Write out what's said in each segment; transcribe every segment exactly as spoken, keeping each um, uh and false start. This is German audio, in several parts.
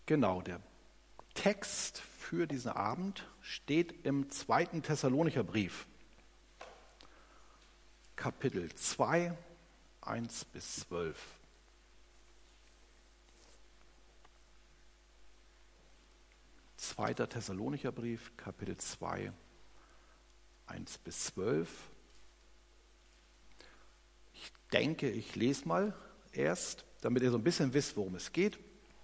Genau, der Text für diesen Abend steht im zweiten Thessalonicher Brief, Kapitel zwei, eins bis zwölf. zweiter Thessalonicher Brief, Kapitel zwei, eins bis zwölf. Ich denke, ich lese mal erst, damit ihr so ein bisschen wisst, worum es geht.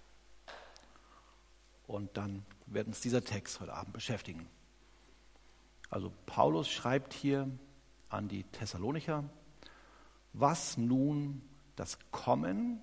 Und dann wird uns dieser Text heute Abend beschäftigen. Also Paulus schreibt hier an die Thessalonicher: Was nun das Kommen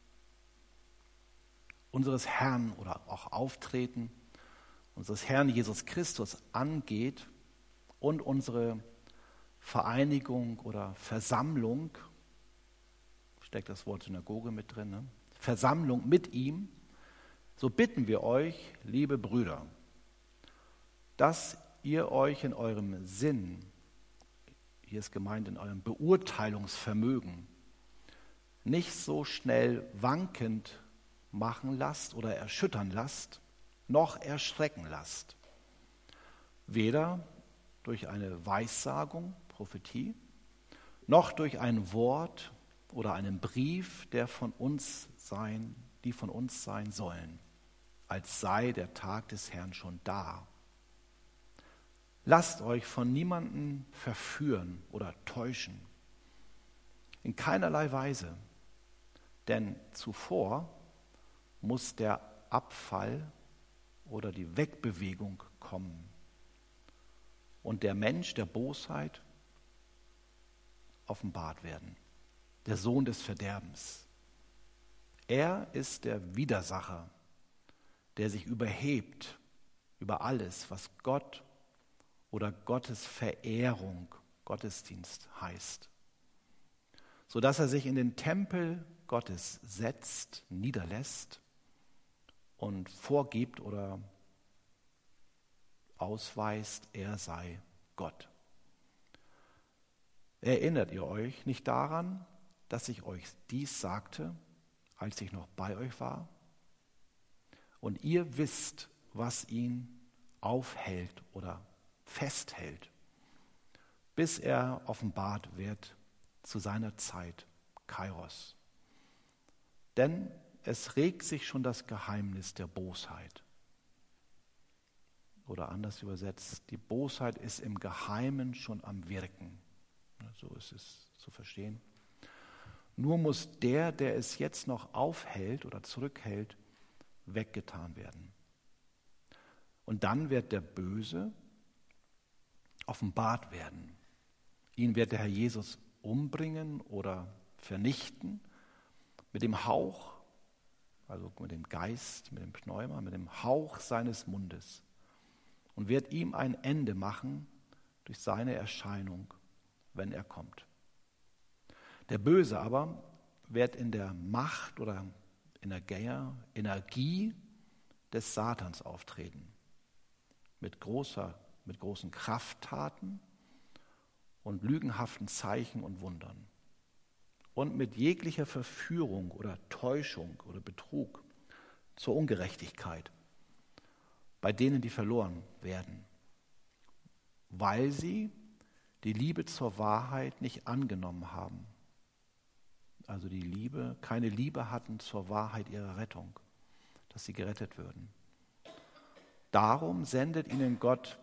unseres Herrn oder auch Auftreten unseres Herrn Jesus Christus angeht und unsere Vereinigung oder Versammlung, steckt das Wort Synagoge mit drin, ne? Versammlung mit ihm, so bitten wir euch, liebe Brüder, dass ihr euch in eurem Sinn, hier ist gemeint in eurem Beurteilungsvermögen, nicht so schnell wankend machen lasst oder erschüttern lasst, noch erschrecken lasst. Weder durch eine Weissagung, Prophetie, noch durch ein Wort oder einen Brief, der von uns sein, die von uns sein sollen, als sei der Tag des Herrn schon da. Lasst euch von niemandem verführen oder täuschen, in keinerlei Weise, denn zuvor muss der Abfall oder die Wegbewegung kommen und der Mensch der Bosheit offenbart werden, der Sohn des Verderbens. Er ist der Widersacher, der sich überhebt über alles, was Gott oder Gottes Verehrung, Gottesdienst heißt, sodass er sich in den Tempel Gottes setzt, niederlässt und vorgibt oder ausweist, er sei Gott. Erinnert ihr euch nicht daran, dass ich euch dies sagte, als ich noch bei euch war? Und ihr wisst, was ihn aufhält oder festhält, bis er offenbart wird zu seiner Zeit, Kairos. Denn es regt sich schon das Geheimnis der Bosheit. Oder anders übersetzt, die Bosheit ist im Geheimen schon am Wirken. So ist es zu verstehen. Nur muss der, der es jetzt noch aufhält oder zurückhält, weggetan werden. Und dann wird der Böse offenbart werden. Ihn wird der Herr Jesus umbringen oder vernichten mit dem Hauch, also mit dem Geist, mit dem Pneuma, mit dem Hauch seines Mundes und wird ihm ein Ende machen durch seine Erscheinung, wenn er kommt. Der Böse aber wird in der Macht oder in der Energie des Satans auftreten, mit großer, mit großen Krafttaten und lügenhaften Zeichen und Wundern. Und mit jeglicher Verführung oder Täuschung oder Betrug zur Ungerechtigkeit bei denen, die verloren werden, weil sie die Liebe zur Wahrheit nicht angenommen haben. Also die Liebe, keine Liebe hatten zur Wahrheit ihrer Rettung, dass sie gerettet würden. Darum sendet ihnen Gott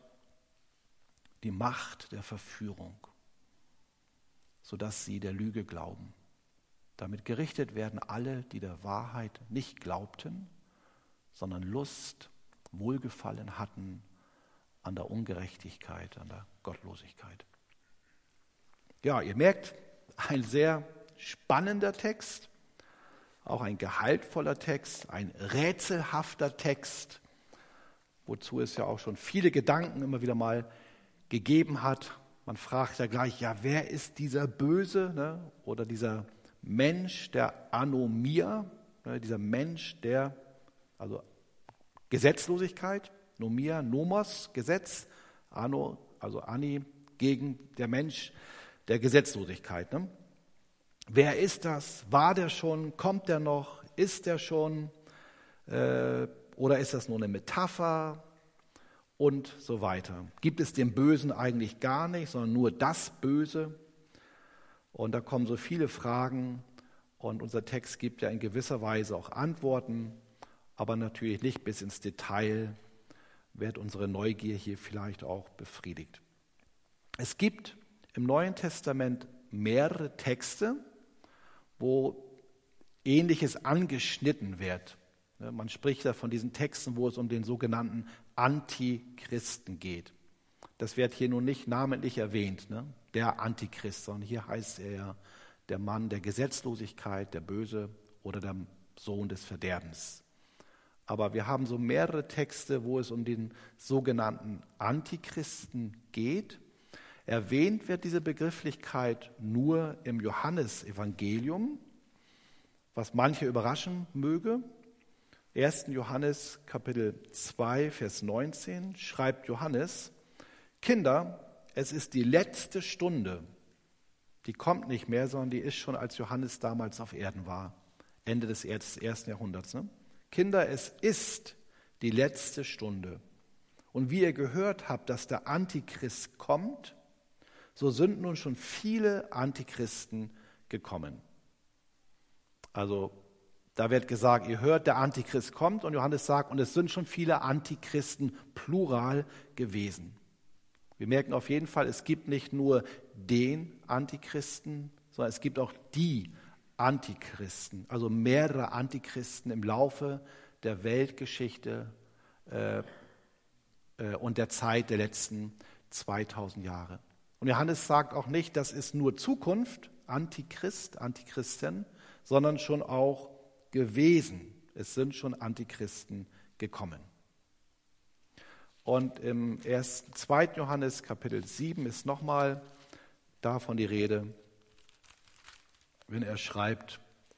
die Macht der Verführung, sodass sie der Lüge glauben. Damit gerichtet werden alle, die der Wahrheit nicht glaubten, sondern Lust, Wohlgefallen hatten an der Ungerechtigkeit, an der Gottlosigkeit. Ja, ihr merkt, ein sehr spannender Text, auch ein gehaltvoller Text, ein rätselhafter Text, wozu es ja auch schon viele Gedanken immer wieder mal gegeben hat. Man fragt ja gleich, ja, wer ist dieser Böse, ne? Oder dieser Mensch der Anomia, ne? Dieser Mensch der, also Gesetzlosigkeit, Nomia, Nomos, Gesetz, Ano, also Ani, gegen der Mensch der Gesetzlosigkeit. Ne? Wer ist das? War der schon? Kommt der noch? Ist der schon? Äh, oder ist das nur eine Metapher und so weiter? Gibt es den Bösen eigentlich gar nicht, sondern nur das Böse? Und da kommen so viele Fragen und unser Text gibt ja in gewisser Weise auch Antworten, aber natürlich nicht bis ins Detail, wird unsere Neugier hier vielleicht auch befriedigt. Es gibt im Neuen Testament mehrere Texte, wo Ähnliches angeschnitten wird. Man spricht da von diesen Texten, wo es um den sogenannten Antichristen geht. Das wird hier nun nicht namentlich erwähnt, ne? Der Antichrist, sondern hier heißt er ja der Mann der Gesetzlosigkeit, der Böse oder der Sohn des Verderbens. Aber wir haben so mehrere Texte, wo es um den sogenannten Antichristen geht. Erwähnt wird diese Begrifflichkeit nur im Johannesevangelium, was manche überraschen möge. ersten Johannes Kapitel zwei, Vers neunzehn schreibt Johannes: Kinder, es ist die letzte Stunde. Die kommt nicht mehr, sondern die ist schon, als Johannes damals auf Erden war. Ende des ersten Jahrhunderts. Ne? Kinder, es ist die letzte Stunde. Und wie ihr gehört habt, dass der Antichrist kommt, so sind nun schon viele Antichristen gekommen. Also da wird gesagt, ihr hört, der Antichrist kommt, und Johannes sagt, und es sind schon viele Antichristen plural gewesen. Wir merken auf jeden Fall, es gibt nicht nur den Antichristen, sondern es gibt auch die Antichristen, also mehrere Antichristen im Laufe der Weltgeschichte äh, äh, und der Zeit der letzten zweitausend Jahre. Und Johannes sagt auch nicht, das ist nur Zukunft, Antichrist, Antichristen, sondern schon auch gewesen. Es sind schon Antichristen gekommen. Und im ersten, zweiten Johannes Kapitel sieben ist nochmal davon die Rede, wenn er schreibt,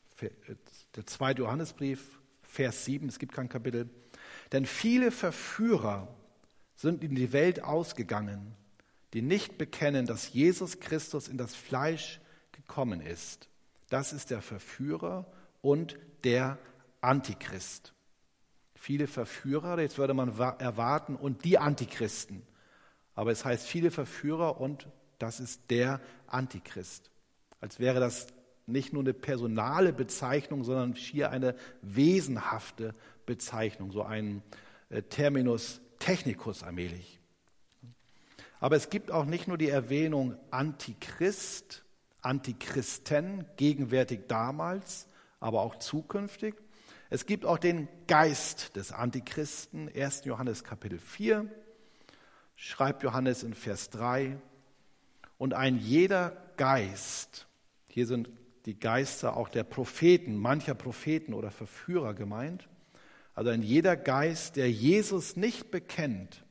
der zweite Johannesbrief, Vers sieben, es gibt kein Kapitel, denn viele Verführer sind in die Welt ausgegangen, die nicht bekennen, dass Jesus Christus in das Fleisch gekommen ist. Das ist der Verführer und der Antichrist. Viele Verführer, jetzt würde man erwarten, und die Antichristen. Aber es heißt viele Verführer und das ist der Antichrist. Als wäre das nicht nur eine personale Bezeichnung, sondern schier eine wesenhafte Bezeichnung, so ein äh, Terminus technicus allmählich. Aber es gibt auch nicht nur die Erwähnung Antichrist, Antichristen, gegenwärtig damals, aber auch zukünftig. Es gibt auch den Geist des Antichristen, ersten Johannes Kapitel vier, schreibt Johannes in Vers drei, und ein jeder Geist, hier sind die Geister auch der Propheten, mancher Propheten oder Verführer gemeint, also ein jeder Geist, der Jesus nicht bekennt,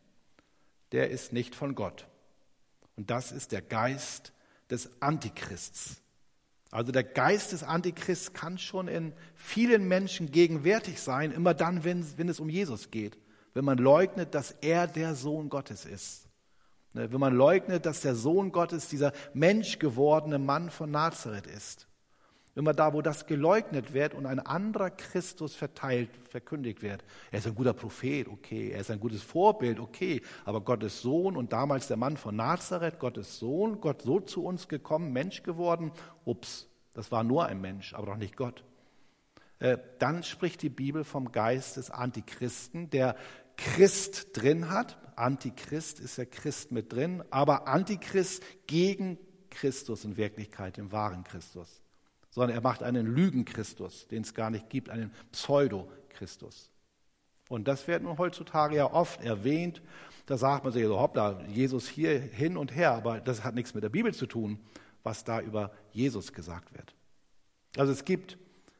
der ist nicht von Gott. Und das ist der Geist des Antichrists. Also der Geist des Antichrists kann schon in vielen Menschen gegenwärtig sein, immer dann, wenn, wenn es um Jesus geht. Wenn man leugnet, dass er der Sohn Gottes ist. Wenn man leugnet, dass der Sohn Gottes dieser menschgewordene Mann von Nazareth ist. Immer da, wo das geleugnet wird und ein anderer Christus verteilt, verkündigt wird. Er ist ein guter Prophet, okay. Er ist ein gutes Vorbild, okay. Aber Gottes Sohn und damals der Mann von Nazareth, Gottes Sohn, Gott so zu uns gekommen, Mensch geworden. Ups, das war nur ein Mensch, aber doch nicht Gott. Äh, dann spricht die Bibel vom Geist des Antichristen, der Christ drin hat. Antichrist ist der Christ mit drin, aber Antichrist gegen Christus in Wirklichkeit, den wahren Christus. Sondern er macht einen Lügen-Christus, den es gar nicht gibt, einen Pseudo-Christus. Und das wird nun heutzutage ja oft erwähnt. Da sagt man sich so, hoppla, Jesus hier hin und her, aber das hat nichts mit der Bibel zu tun, was da über Jesus gesagt wird. Also es gibt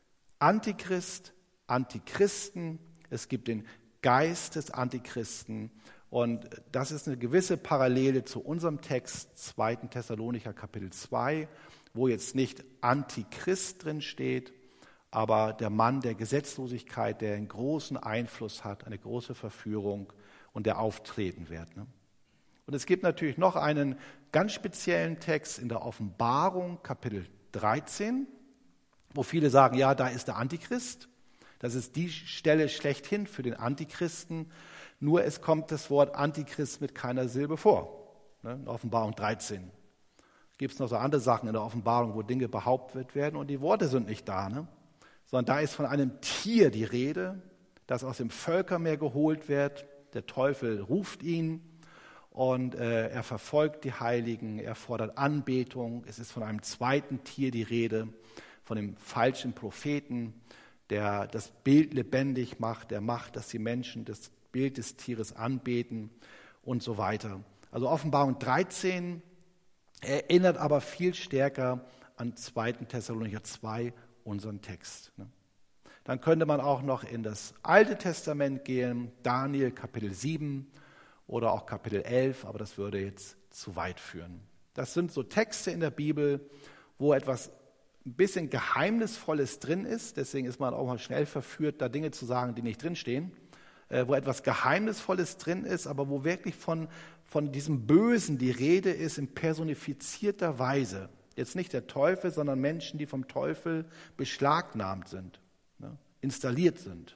Antichrist, Antichristen, es gibt den Geist des Antichristen und das ist eine gewisse Parallele zu unserem Text, zweiten Thessalonicher Kapitel zwei, wo jetzt nicht Antichrist drin steht, aber der Mann der Gesetzlosigkeit, der einen großen Einfluss hat, eine große Verführung und der auftreten wird. Ne? Und es gibt natürlich noch einen ganz speziellen Text in der Offenbarung, Kapitel dreizehn, wo viele sagen, ja, da ist der Antichrist. Das ist die Stelle schlechthin für den Antichristen, nur es kommt das Wort Antichrist mit keiner Silbe vor. Ne? In Offenbarung dreizehn. Gibt es noch so andere Sachen in der Offenbarung, wo Dinge behauptet werden und die Worte sind nicht da. Ne? Sondern da ist von einem Tier die Rede, das aus dem Völkermeer geholt wird. Der Teufel ruft ihn und äh, er verfolgt die Heiligen, er fordert Anbetung. Es ist von einem zweiten Tier die Rede, von dem falschen Propheten, der das Bild lebendig macht, der macht, dass die Menschen das Bild des Tieres anbeten und so weiter. Also Offenbarung dreizehn erinnert aber viel stärker an zweiten Thessalonicher zwei, unseren Text. Dann könnte man auch noch in das Alte Testament gehen, Daniel Kapitel sieben oder auch Kapitel elf, aber das würde jetzt zu weit führen. Das sind so Texte in der Bibel, wo etwas ein bisschen Geheimnisvolles drin ist, deswegen ist man auch mal schnell verführt, da Dinge zu sagen, die nicht drinstehen, äh, wo etwas Geheimnisvolles drin ist, aber wo wirklich von, von diesem Bösen die Rede ist in personifizierter Weise. Jetzt nicht der Teufel, sondern Menschen, die vom Teufel beschlagnahmt sind, ne, installiert sind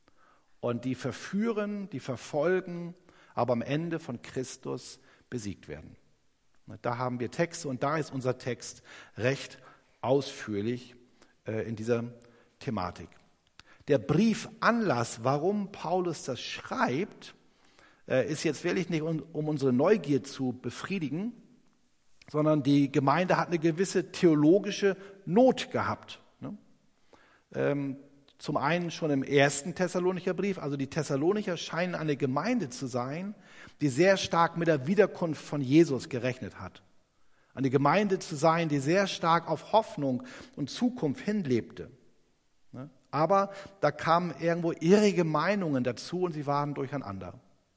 und die verführen, die verfolgen, aber am Ende von Christus besiegt werden. Da haben wir Texte und da ist unser Text recht ausführlich äh, in dieser Thematik. Der Briefanlass, warum Paulus das schreibt, äh, ist jetzt wirklich nicht, um, um unsere Neugier zu befriedigen, sondern die Gemeinde hat eine gewisse theologische Not gehabt. Ne? Ähm, zum einen schon im ersten Thessalonicher Brief, also die Thessalonicher scheinen eine Gemeinde zu sein, die sehr stark mit der Wiederkunft von Jesus gerechnet hat. Eine Gemeinde zu sein, die sehr stark auf Hoffnung und Zukunft hinlebte. Aber da kamen irgendwo irrige Meinungen dazu und sie waren durcheinander.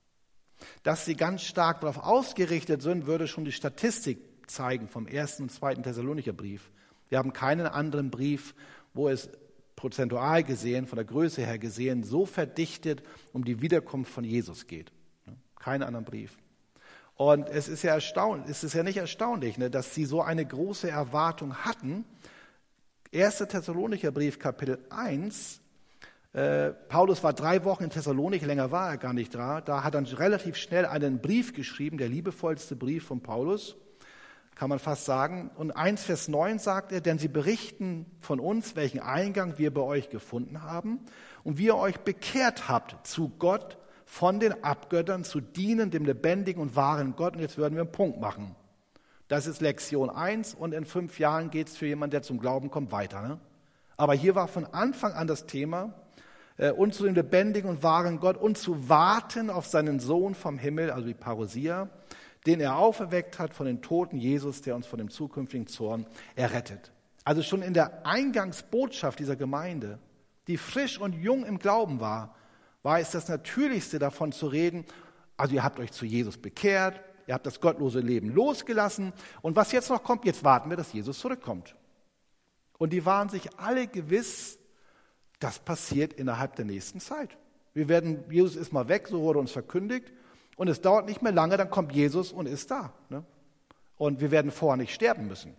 Dass sie ganz stark darauf ausgerichtet sind, würde schon die Statistik zeigen vom ersten und zweiten Thessalonicher Brief. Wir haben keinen anderen Brief, wo es prozentual gesehen, von der Größe her gesehen, so verdichtet um die Wiederkunft von Jesus geht. Keinen anderen Brief. Und es ist ja erstaunlich, es ist ja nicht erstaunlich, ne, dass sie so eine große Erwartung hatten. erster Thessalonicher Brief, Kapitel eins. Äh, Paulus war drei Wochen in Thessalonik, länger war er gar nicht da. Da hat er relativ schnell einen Brief geschrieben, der liebevollste Brief von Paulus, kann man fast sagen. Und eins Vers neun sagt er, denn sie berichten von uns, welchen Eingang wir bei euch gefunden haben und wie ihr euch bekehrt habt zu Gott, von den Abgöttern zu dienen, dem lebendigen und wahren Gott. Und jetzt würden wir einen Punkt machen. Das ist Lektion eins und in fünf Jahren geht es für jemanden, der zum Glauben kommt, weiter. Ne? Aber hier war von Anfang an das Thema, äh, und zu dem lebendigen und wahren Gott und zu warten auf seinen Sohn vom Himmel, also die Parousia, den er auferweckt hat von den Toten, Jesus, der uns von dem zukünftigen Zorn errettet. Also schon in der Eingangsbotschaft dieser Gemeinde, die frisch und jung im Glauben war, war es das Natürlichste davon zu reden, also ihr habt euch zu Jesus bekehrt, ihr habt das gottlose Leben losgelassen und was jetzt noch kommt, jetzt warten wir, dass Jesus zurückkommt. Und die waren sich alle gewiss, das passiert innerhalb der nächsten Zeit. Wir werden, Jesus ist mal weg, so wurde uns verkündigt und es dauert nicht mehr lange, dann kommt Jesus und ist da. Ne? Und wir werden vorher nicht sterben müssen.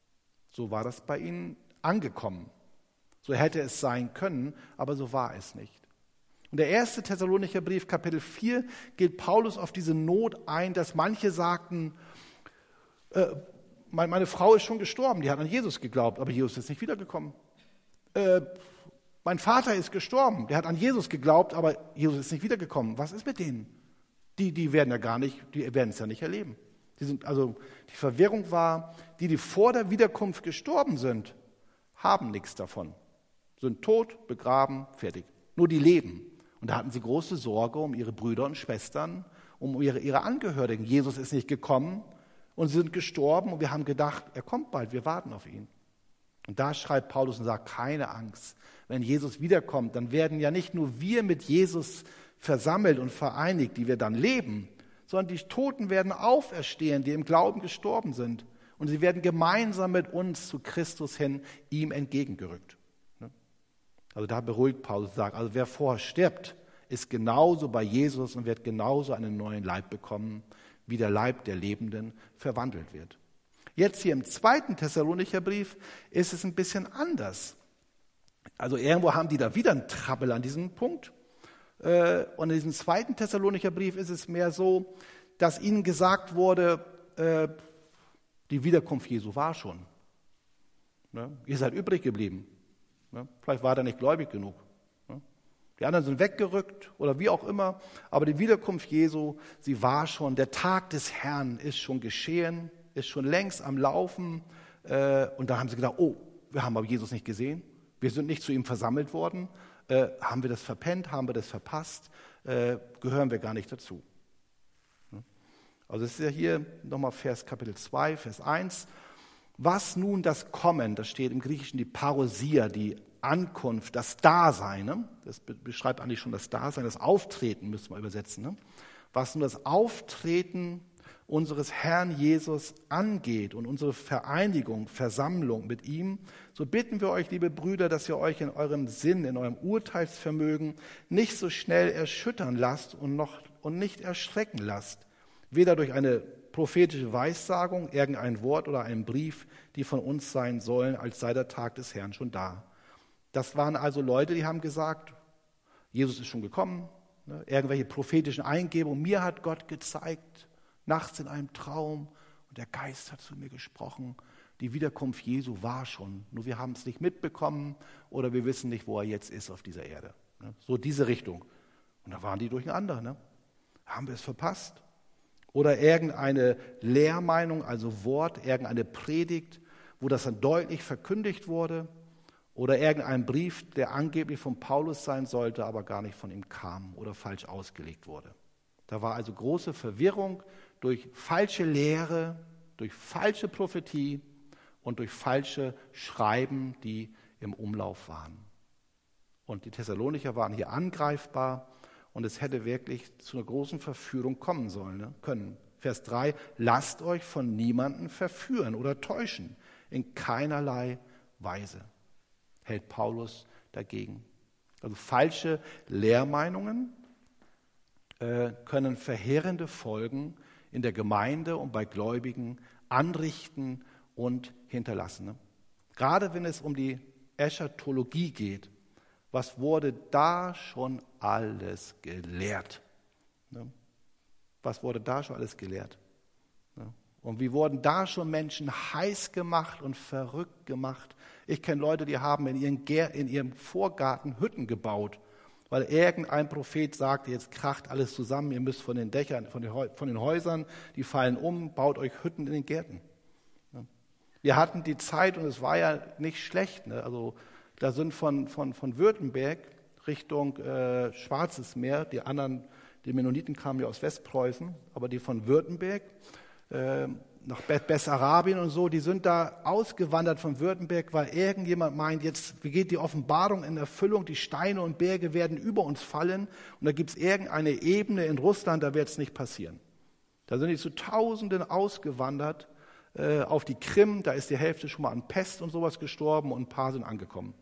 So war das bei ihnen angekommen. So hätte es sein können, aber so war es nicht. Und der erste Thessalonicher Brief, Kapitel vier, geht Paulus auf diese Not ein, dass manche sagten, äh, meine Frau ist schon gestorben, die hat an Jesus geglaubt, aber Jesus ist nicht wiedergekommen. Äh, mein Vater ist gestorben, der hat an Jesus geglaubt, aber Jesus ist nicht wiedergekommen. Was ist mit denen? Die, die werden ja gar nicht, die werden es ja nicht erleben. Die sind, also die Verwirrung war, die, die vor der Wiederkunft gestorben sind, haben nichts davon. Sind tot, begraben, fertig. Nur die leben. Und da hatten sie große Sorge um ihre Brüder und Schwestern, um ihre, ihre Angehörigen. Jesus ist nicht gekommen und sie sind gestorben und wir haben gedacht, er kommt bald, wir warten auf ihn. Und da schreibt Paulus und sagt, keine Angst, wenn Jesus wiederkommt, dann werden ja nicht nur wir mit Jesus versammelt und vereinigt, die wir dann leben, sondern die Toten werden auferstehen, die im Glauben gestorben sind. Und sie werden gemeinsam mit uns zu Christus hin ihm entgegengerückt. Also da beruhigt Paulus und sagt, also wer vorher stirbt, ist genauso bei Jesus und wird genauso einen neuen Leib bekommen, wie der Leib der Lebenden verwandelt wird. Jetzt hier im zweiten Thessalonicher Brief ist es ein bisschen anders. Also irgendwo haben die da wieder einen Trappel an diesem Punkt. Äh, und in diesem zweiten Thessalonicher Brief ist es mehr so, dass ihnen gesagt wurde, äh, die Wiederkunft Jesu war schon. Ne? Ihr seid übrig geblieben. Ne? Vielleicht war er nicht gläubig genug. Ne? Die anderen sind weggerückt oder wie auch immer. Aber die Wiederkunft Jesu, sie war schon. Der Tag des Herrn ist schon geschehen, ist schon längst am Laufen. Äh, und da haben sie gedacht, oh, wir haben aber Jesus nicht gesehen. Wir sind nicht zu ihm versammelt worden. Äh, haben wir das verpennt? Haben wir das verpasst? Äh, gehören wir gar nicht dazu? Also es ist ja hier nochmal Vers Kapitel zwei, Vers eins. Was nun das Kommen, das steht im Griechischen die Parousia, die Ankunft, das Dasein, ne? Das beschreibt eigentlich schon das Dasein, das Auftreten, müssen wir übersetzen. Ne? Was nun das Auftreten unseres Herrn Jesus angeht und unsere Vereinigung, Versammlung mit ihm, so bitten wir euch, liebe Brüder, dass ihr euch in eurem Sinn, in eurem Urteilsvermögen nicht so schnell erschüttern lasst und, noch, und nicht erschrecken lasst, weder durch eine prophetische Weissagung, irgendein Wort oder einen Brief, die von uns sein sollen, als sei der Tag des Herrn schon da. Das waren also Leute, die haben gesagt, Jesus ist schon gekommen, ne? Irgendwelche prophetischen Eingebungen. Mir hat Gott gezeigt, nachts in einem Traum, und der Geist hat zu mir gesprochen. Die Wiederkunft Jesu war schon, nur wir haben es nicht mitbekommen oder wir wissen nicht, wo er jetzt ist auf dieser Erde. Ne? So diese Richtung. Und da waren die durcheinander. Ne? Haben wir es verpasst? Oder irgendeine Lehrmeinung, also Wort, irgendeine Predigt, wo das dann deutlich verkündigt wurde. Oder irgendein Brief, der angeblich von Paulus sein sollte, aber gar nicht von ihm kam oder falsch ausgelegt wurde. Da war also große Verwirrung durch falsche Lehre, durch falsche Prophetie und durch falsche Schreiben, die im Umlauf waren. Und die Thessalonicher waren hier angreifbar. Und es hätte wirklich zu einer großen Verführung kommen sollen, ne? können. Vers drei, lasst euch von niemandem verführen oder täuschen, in keinerlei Weise, hält Paulus dagegen. Also falsche Lehrmeinungen äh, können verheerende Folgen in der Gemeinde und bei Gläubigen anrichten und hinterlassen. Ne? Gerade wenn es um die Eschatologie geht, was wurde da schon alles gelehrt? Ne? Was wurde da schon alles gelehrt? Ne? Und wie wurden da schon Menschen heiß gemacht und verrückt gemacht? Ich kenne Leute, die haben in ihren, Gär- in ihrem Vorgarten Hütten gebaut, weil irgendein Prophet sagte, jetzt kracht alles zusammen, ihr müsst von den Dächern, von den, von den Häusern, die fallen um, baut euch Hütten in den Gärten. Ne? Wir hatten die Zeit und es war ja nicht schlecht, ne? Also da sind von, von, von Württemberg Richtung äh, Schwarzes Meer, die anderen, die Mennoniten kamen ja aus Westpreußen, aber die von Württemberg äh, nach Bessarabien und so, die sind da ausgewandert von Württemberg, weil irgendjemand meint, jetzt geht die Offenbarung in Erfüllung, die Steine und Berge werden über uns fallen und da gibt es irgendeine Ebene in Russland, da wird es nicht passieren. Da sind die zu Tausenden ausgewandert äh, auf die Krim, da ist die Hälfte schon mal an Pest und sowas gestorben und ein paar sind angekommen.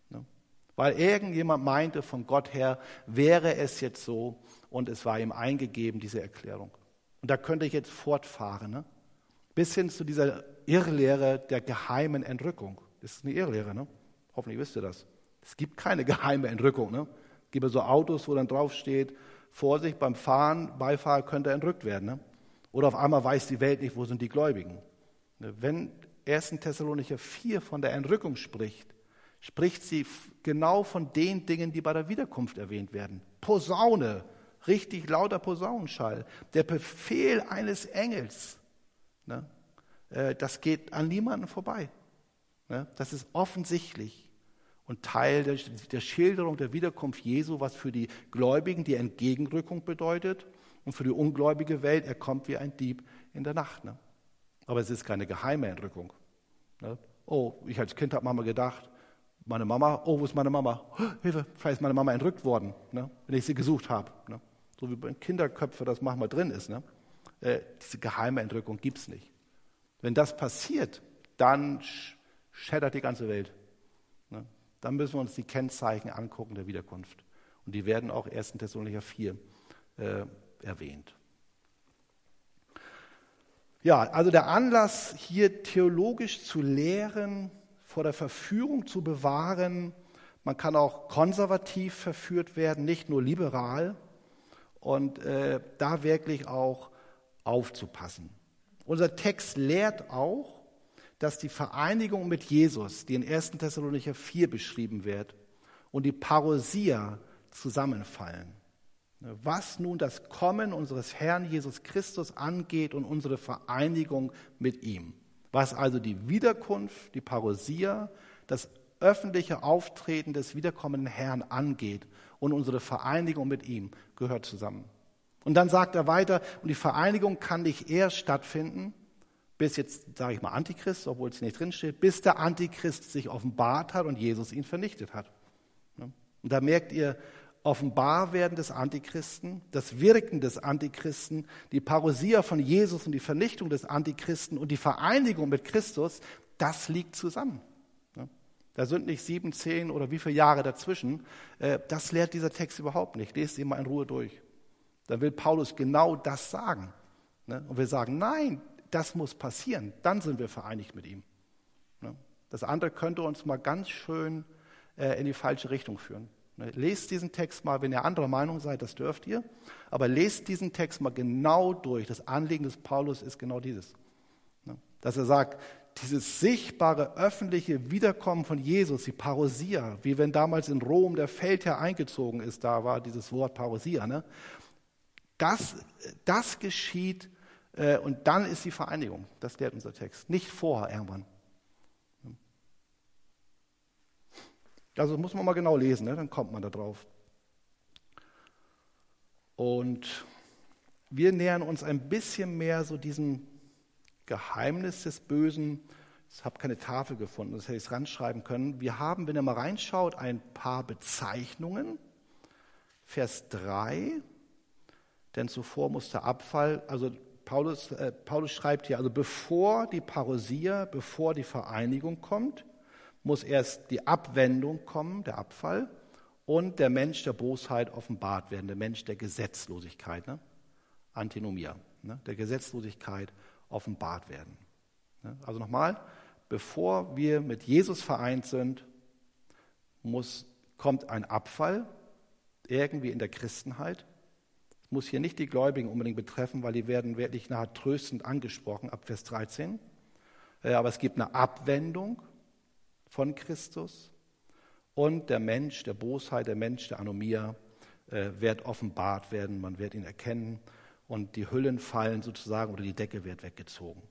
Weil irgendjemand meinte, von Gott her wäre es jetzt so und es war ihm eingegeben, diese Erklärung. Und da könnte ich jetzt fortfahren, ne? Bis hin zu dieser Irrlehre der geheimen Entrückung. Das ist eine Irrlehre, ne? Hoffentlich wisst ihr das. Es gibt keine geheime Entrückung. Ne? Es gibt so Autos, wo dann drauf steht, Vorsicht, beim Fahren, Beifahrer könnte entrückt werden. Ne? Oder auf einmal weiß die Welt nicht, wo sind die Gläubigen. Wenn erster Thessalonicher vier von der Entrückung spricht, spricht sie genau von den Dingen, die bei der Wiederkunft erwähnt werden. Posaune, richtig lauter Posaunenschall, der Befehl eines Engels, ne? Das geht an niemanden vorbei. Ne? Das ist offensichtlich und Teil der, der Schilderung der Wiederkunft Jesu, was für die Gläubigen die Entgegenrückung bedeutet und für die ungläubige Welt, er kommt wie ein Dieb in der Nacht. Ne? Aber es ist keine geheime Entrückung. Ne? Oh, ich als Kind habe manchmal gedacht, meine Mama, oh, wo ist meine Mama? Oh, Hilfe, vielleicht ist meine Mama entrückt worden, ne? Wenn ich sie gesucht habe. Ne? So wie bei Kinderköpfen das manchmal drin ist. Ne? Äh, diese geheime Entrückung gibt es nicht. Wenn das passiert, dann schättert die ganze Welt. Ne? Dann müssen wir uns die Kennzeichen angucken der Wiederkunft. Und die werden auch erster Thessalonicher vier äh, erwähnt. Ja, also der Anlass, hier theologisch zu lehren, vor der Verführung zu bewahren, Man kann auch konservativ verführt werden, nicht nur liberal. Und äh, da wirklich auch aufzupassen. Unser Text lehrt auch, dass die Vereinigung mit Jesus, die in ersten Thessalonicher vier beschrieben wird, und die Parousia zusammenfallen. Was nun das Kommen unseres Herrn Jesus Christus angeht und unsere Vereinigung mit ihm. Was also die Wiederkunft, die Parousia, das öffentliche Auftreten des wiederkommenden Herrn angeht und unsere Vereinigung mit ihm, gehört zusammen. Und dann sagt er weiter, und die Vereinigung kann nicht erst stattfinden, bis jetzt, sage ich mal, Antichrist, obwohl es nicht drinsteht, bis der Antichrist sich offenbart hat und Jesus ihn vernichtet hat. Und da merkt ihr, Offenbarwerden des Antichristen, das Wirken des Antichristen, die Parousia von Jesus und die Vernichtung des Antichristen und die Vereinigung mit Christus, das liegt zusammen. Da sind nicht sieben, zehn oder wie viele Jahre dazwischen. Das lehrt dieser Text überhaupt nicht. Lest ihn mal in Ruhe durch. Dann will Paulus genau das sagen. Und wir sagen, nein, das muss passieren. Dann sind wir vereinigt mit ihm. Das andere könnte uns mal ganz schön in die falsche Richtung führen. Lest diesen Text mal, wenn ihr anderer Meinung seid, das dürft ihr. Aber lest diesen Text mal genau durch. Das Anliegen des Paulus ist genau dieses. Dass er sagt, dieses sichtbare, öffentliche Wiederkommen von Jesus, die Parousia, wie wenn damals in Rom der Feldherr eingezogen ist, da war dieses Wort Parousia, ne? das, das geschieht äh, und dann ist die Vereinigung. Das lehrt unser Text. Nicht vorher irgendwann. Also muss man mal genau lesen, ne? Dann kommt man da drauf. Und wir nähern uns ein bisschen mehr so diesem Geheimnis des Bösen. Ich habe keine Tafel gefunden, das hätte ich ranschreiben können. Wir haben, wenn ihr mal reinschaut, ein paar Bezeichnungen. Vers drei, denn zuvor muss der Abfall, also Paulus, äh, Paulus schreibt hier, also bevor die Parousia, bevor die Vereinigung kommt, muss erst die Abwendung kommen, der Abfall, und der Mensch der Bosheit offenbart werden, der Mensch der Gesetzlosigkeit, ne? Antinomia, ne? Der Gesetzlosigkeit offenbart werden. Ne? Also nochmal, bevor wir mit Jesus vereint sind, muss, kommt ein Abfall, irgendwie in der Christenheit. Das muss hier nicht die Gläubigen unbedingt betreffen, weil die werden wirklich nachher tröstend angesprochen, ab Vers dreizehn. Aber es gibt eine Abwendung von Christus und der Mensch der Bosheit, der Mensch der Anomia äh, wird offenbart werden, man wird ihn erkennen und die Hüllen fallen sozusagen oder die Decke wird weggezogen.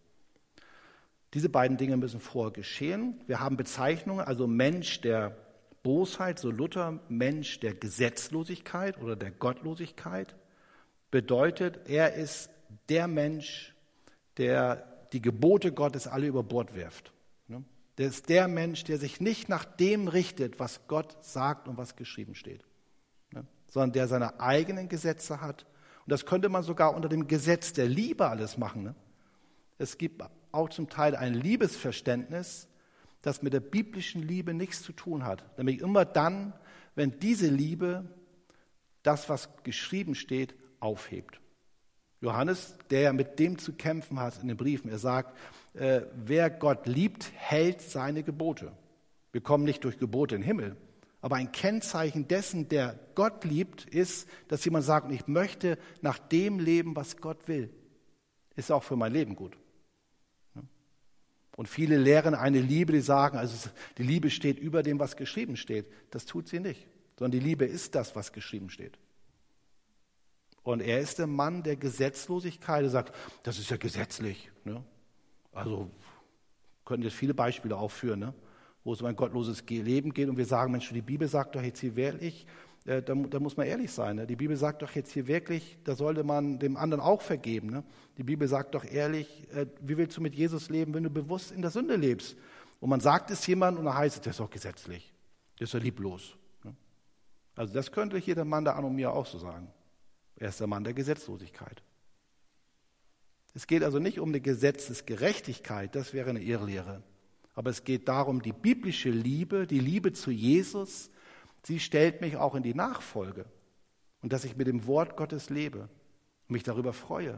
Diese beiden Dinge müssen vorher geschehen. Wir haben Bezeichnungen, also Mensch der Bosheit, so Luther, Mensch der Gesetzlosigkeit oder der Gottlosigkeit, bedeutet, er ist der Mensch, der die Gebote Gottes alle über Bord wirft. Der ist der Mensch, der sich nicht nach dem richtet, was Gott sagt und was geschrieben steht, ne? Sondern der seine eigenen Gesetze hat. Und das könnte man sogar unter dem Gesetz der Liebe alles machen. Ne? Es gibt auch zum Teil ein Liebesverständnis, das mit der biblischen Liebe nichts zu tun hat. Nämlich immer dann, wenn diese Liebe das, was geschrieben steht, aufhebt. Johannes, der mit dem zu kämpfen hat in den Briefen, er sagt, äh, wer Gott liebt, hält seine Gebote. Wir kommen nicht durch Gebote in den Himmel, aber ein Kennzeichen dessen, der Gott liebt, ist, dass jemand sagt, ich möchte nach dem leben, was Gott will. Ist auch für mein Leben gut. Und viele lehren eine Liebe, die sagen, also die Liebe steht über dem, was geschrieben steht. Das tut sie nicht, sondern die Liebe ist das, was geschrieben steht. Und er ist der Mann der Gesetzlosigkeit, der sagt, das ist ja gesetzlich. Ne? Also können jetzt viele Beispiele aufführen, ne? Wo es um ein gottloses Leben geht und wir sagen, Mensch, die Bibel sagt doch jetzt hier wirklich, äh, da, da muss man ehrlich sein, ne? Die Bibel sagt doch jetzt hier wirklich, da sollte man dem anderen auch vergeben. Ne? Die Bibel sagt doch ehrlich, äh, wie willst du mit Jesus leben, wenn du bewusst in der Sünde lebst? Und man sagt es jemandem und dann heißt es, das ist doch gesetzlich, das ist doch lieblos. Ne? Also das könnte hier der Mann der Anomia auch so sagen. Er ist der Mann der Gesetzlosigkeit. Es geht also nicht um eine Gesetzesgerechtigkeit, das wäre eine Irrlehre. Aber es geht darum, die biblische Liebe, die Liebe zu Jesus, sie stellt mich auch in die Nachfolge. Und dass ich mit dem Wort Gottes lebe und mich darüber freue.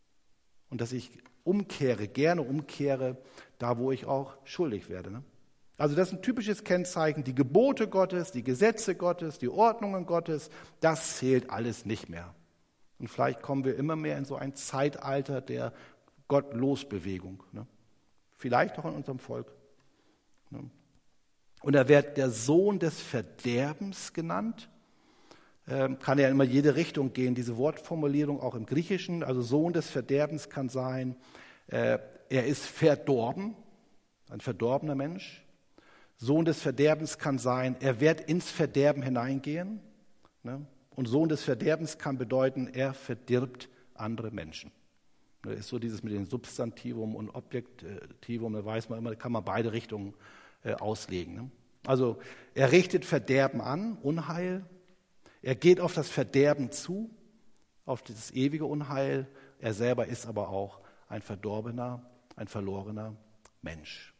Und dass ich umkehre, gerne umkehre, da wo ich auch schuldig werde. Ne? Also das ist ein typisches Kennzeichen, die Gebote Gottes, die Gesetze Gottes, die Ordnungen Gottes, das zählt alles nicht mehr. Und vielleicht kommen wir immer mehr in so ein Zeitalter der Gottlosbewegung. Ne? Vielleicht auch in unserem Volk. Ne? Und er wird der Sohn des Verderbens genannt. Ähm, kann ja immer jede Richtung gehen, diese Wortformulierung auch im Griechischen. Also Sohn des Verderbens kann sein, äh, er ist verdorben, ein verdorbener Mensch. Sohn des Verderbens kann sein, er wird ins Verderben hineingehen. Ne? Und Sohn des Verderbens kann bedeuten, er verdirbt andere Menschen. Das ist so dieses mit dem Substantivum und Objektivum, da weiß man immer, da kann man beide Richtungen äh, auslegen. Ne? Also er richtet Verderben an, Unheil. Er geht auf das Verderben zu, auf dieses ewige Unheil. Er selber ist aber auch ein verdorbener, ein verlorener Mensch.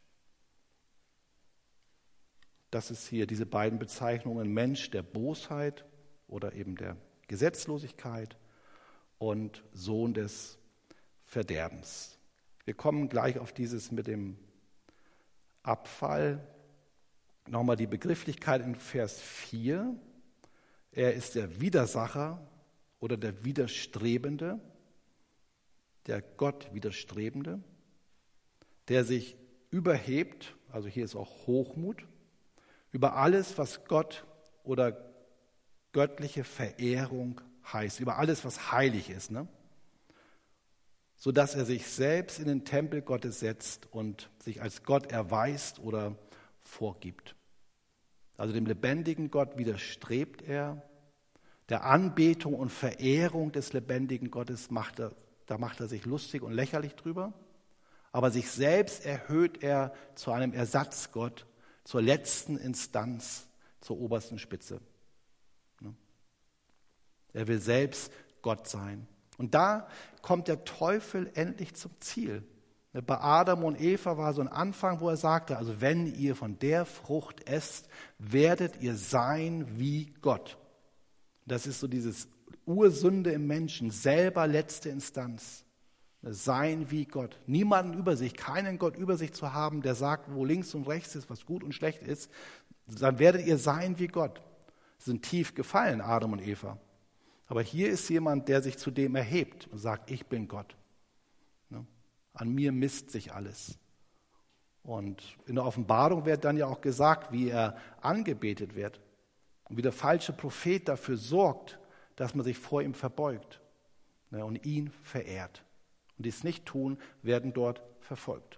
Das ist hier diese beiden Bezeichnungen, Mensch der Bosheit oder eben der Gesetzlosigkeit und Sohn des Verderbens. Wir kommen gleich auf dieses mit dem Abfall. Nochmal die Begrifflichkeit in Vers vier. Er ist der Widersacher oder der Widerstrebende, der Gott Widerstrebende, der sich überhebt, also hier ist auch Hochmut, über alles, was Gott oder göttliche Verehrung heißt, über alles, was heilig ist, ne? Sodass er sich selbst in den Tempel Gottes setzt und sich als Gott erweist oder vorgibt. Also dem lebendigen Gott widerstrebt er, der Anbetung und Verehrung des lebendigen Gottes macht er, da macht er sich lustig und lächerlich drüber, aber sich selbst erhöht er zu einem Ersatzgott, zur letzten Instanz, zur obersten Spitze. Er will selbst Gott sein. Und da kommt der Teufel endlich zum Ziel. Bei Adam und Eva war so ein Anfang, wo er sagte, also wenn ihr von der Frucht esst, werdet ihr sein wie Gott. Das ist so dieses Ursünde im Menschen, selber letzte Instanz. Sein wie Gott. Niemanden über sich, keinen Gott über sich zu haben, der sagt, wo links und rechts ist, was gut und schlecht ist, dann werdet ihr sein wie Gott. Sie sind tief gefallen, Adam und Eva. Aber hier ist jemand, der sich zu dem erhebt und sagt, ich bin Gott. Ne? An mir misst sich alles. Und in der Offenbarung wird dann ja auch gesagt, wie er angebetet wird und wie der falsche Prophet dafür sorgt, dass man sich vor ihm verbeugt, ne, und ihn verehrt. Und die es nicht tun, werden dort verfolgt.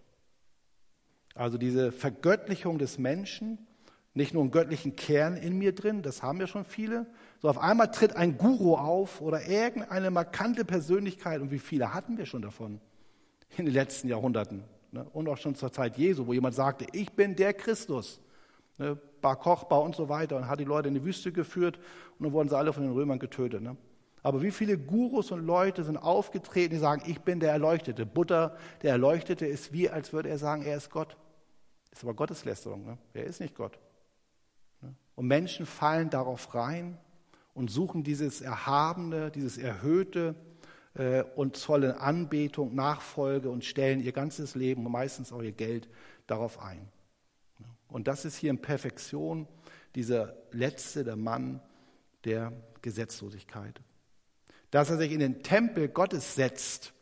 Also diese Vergöttlichung des Menschen, nicht nur einen göttlichen Kern in mir drin, das haben ja schon viele, so auf einmal tritt ein Guru auf oder irgendeine markante Persönlichkeit, und wie viele hatten wir schon davon in den letzten Jahrhunderten, ne? Und auch schon zur Zeit Jesu, wo jemand sagte, ich bin der Christus, ne? Bar Kochba und so weiter, und hat die Leute in die Wüste geführt und dann wurden sie alle von den Römern getötet. Ne? Aber wie viele Gurus und Leute sind aufgetreten, die sagen, ich bin der Erleuchtete. Buddha, der Erleuchtete, ist wie, als würde er sagen, er ist Gott. Ist aber Gotteslästerung. Ne? Er ist nicht Gott. Ne? Und Menschen fallen darauf rein und suchen dieses Erhabene, dieses Erhöhte äh, und zollen Anbetung, Nachfolge und stellen ihr ganzes Leben und meistens auch ihr Geld darauf ein. Ne? Und das ist hier in Perfektion dieser Letzte, der Mann der Gesetzlosigkeit. Dass er sich in den Tempel Gottes setzt.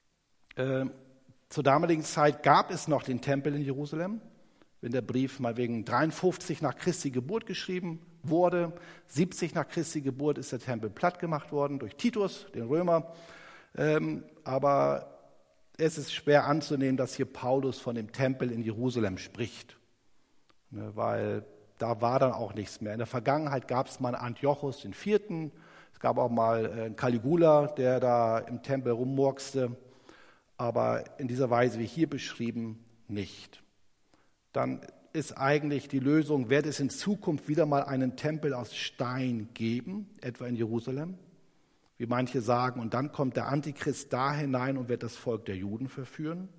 Äh, zur damaligen Zeit gab es noch den Tempel in Jerusalem. Wenn der Brief mal wegen dreiundfünfzig nach Christi Geburt geschrieben wurde, siebzig nach Christi Geburt ist der Tempel platt gemacht worden durch Titus, den Römer. Ähm, aber es ist schwer anzunehmen, dass hier Paulus von dem Tempel in Jerusalem spricht, ne, weil da war dann auch nichts mehr. In der Vergangenheit gab es mal einen Antiochus, den Vierten. Es gab auch mal einen Caligula, der da im Tempel rummurkste, aber in dieser Weise wie hier beschrieben nicht. Dann ist eigentlich die Lösung, wird es in Zukunft wieder mal einen Tempel aus Stein geben, etwa in Jerusalem, wie manche sagen, und dann kommt der Antichrist da hinein und wird das Volk der Juden verführen.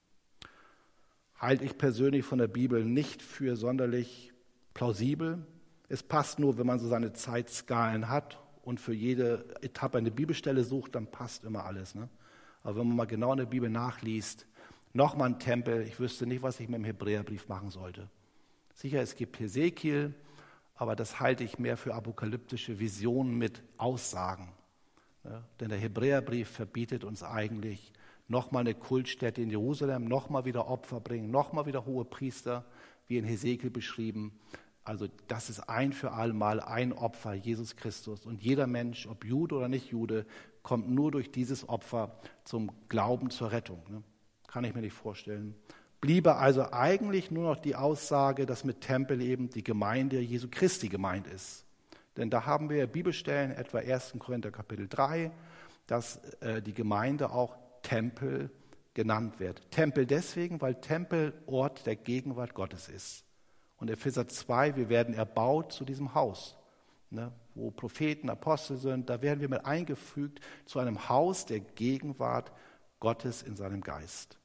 Halte ich persönlich von der Bibel nicht für sonderlich plausibel. Es passt nur, wenn man so seine Zeitskalen hat und für jede Etappe eine Bibelstelle sucht, dann passt immer alles. Ne? Aber wenn man mal genau in der Bibel nachliest, nochmal ein Tempel, ich wüsste nicht, was ich mit dem Hebräerbrief machen sollte. Sicher, es gibt Hesekiel, aber das halte ich mehr für apokalyptische Visionen mit Aussagen. Ja, denn der Hebräerbrief verbietet uns eigentlich, nochmal eine Kultstätte in Jerusalem, nochmal wieder Opfer bringen, nochmal wieder hohe Priester, wie in Hesekiel beschrieben. Also das ist ein für allemal ein Opfer, Jesus Christus. Und jeder Mensch, ob Jude oder nicht Jude, kommt nur durch dieses Opfer zum Glauben, zur Rettung. Ne? Kann ich mir nicht vorstellen. Bliebe also eigentlich nur noch die Aussage, dass mit Tempel eben die Gemeinde Jesu Christi gemeint ist. Denn da haben wir Bibelstellen, etwa erster Korinther Kapitel drei, dass äh, die Gemeinde auch Tempel genannt wird. Tempel deswegen, weil Tempel Ort der Gegenwart Gottes ist. Und Epheser zwei, wir werden erbaut zu diesem Haus, ne, wo Propheten, Apostel sind. Da werden wir mit eingefügt zu einem Haus der Gegenwart Gottes in seinem Geist.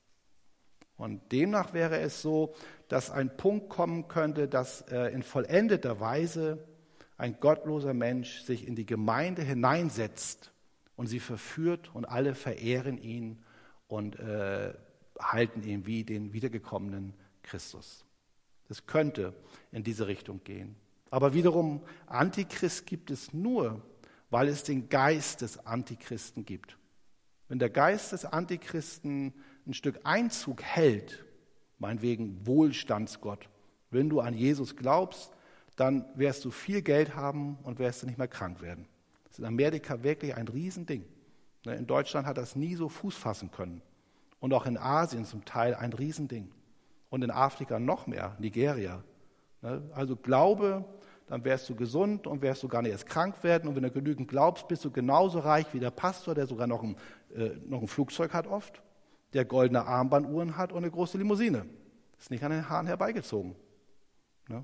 Und demnach wäre es so, dass ein Punkt kommen könnte, dass äh, in vollendeter Weise ein gottloser Mensch sich in die Gemeinde hineinsetzt und sie verführt und alle verehren ihn und äh, halten ihn wie den wiedergekommenen Christus. Das könnte in diese Richtung gehen. Aber wiederum, Antichrist gibt es nur, weil es den Geist des Antichristen gibt. Wenn der Geist des Antichristen ein Stück Einzug hält, meinetwegen Wohlstandsgott, wenn du an Jesus glaubst, dann wirst du viel Geld haben und wirst du nicht mehr krank werden. Das ist in Amerika wirklich ein Riesending. In Deutschland hat das nie so Fuß fassen können. Und auch in Asien zum Teil ein Riesending. Und in Afrika noch mehr, Nigeria. Also Glaube, dann wärst du gesund und wirst du gar nicht erst krank werden. Und wenn du genügend glaubst, bist du genauso reich wie der Pastor, der sogar noch ein, äh, noch ein Flugzeug hat oft, der goldene Armbanduhren hat und eine große Limousine. Ist nicht an den Haaren herbeigezogen. Ne?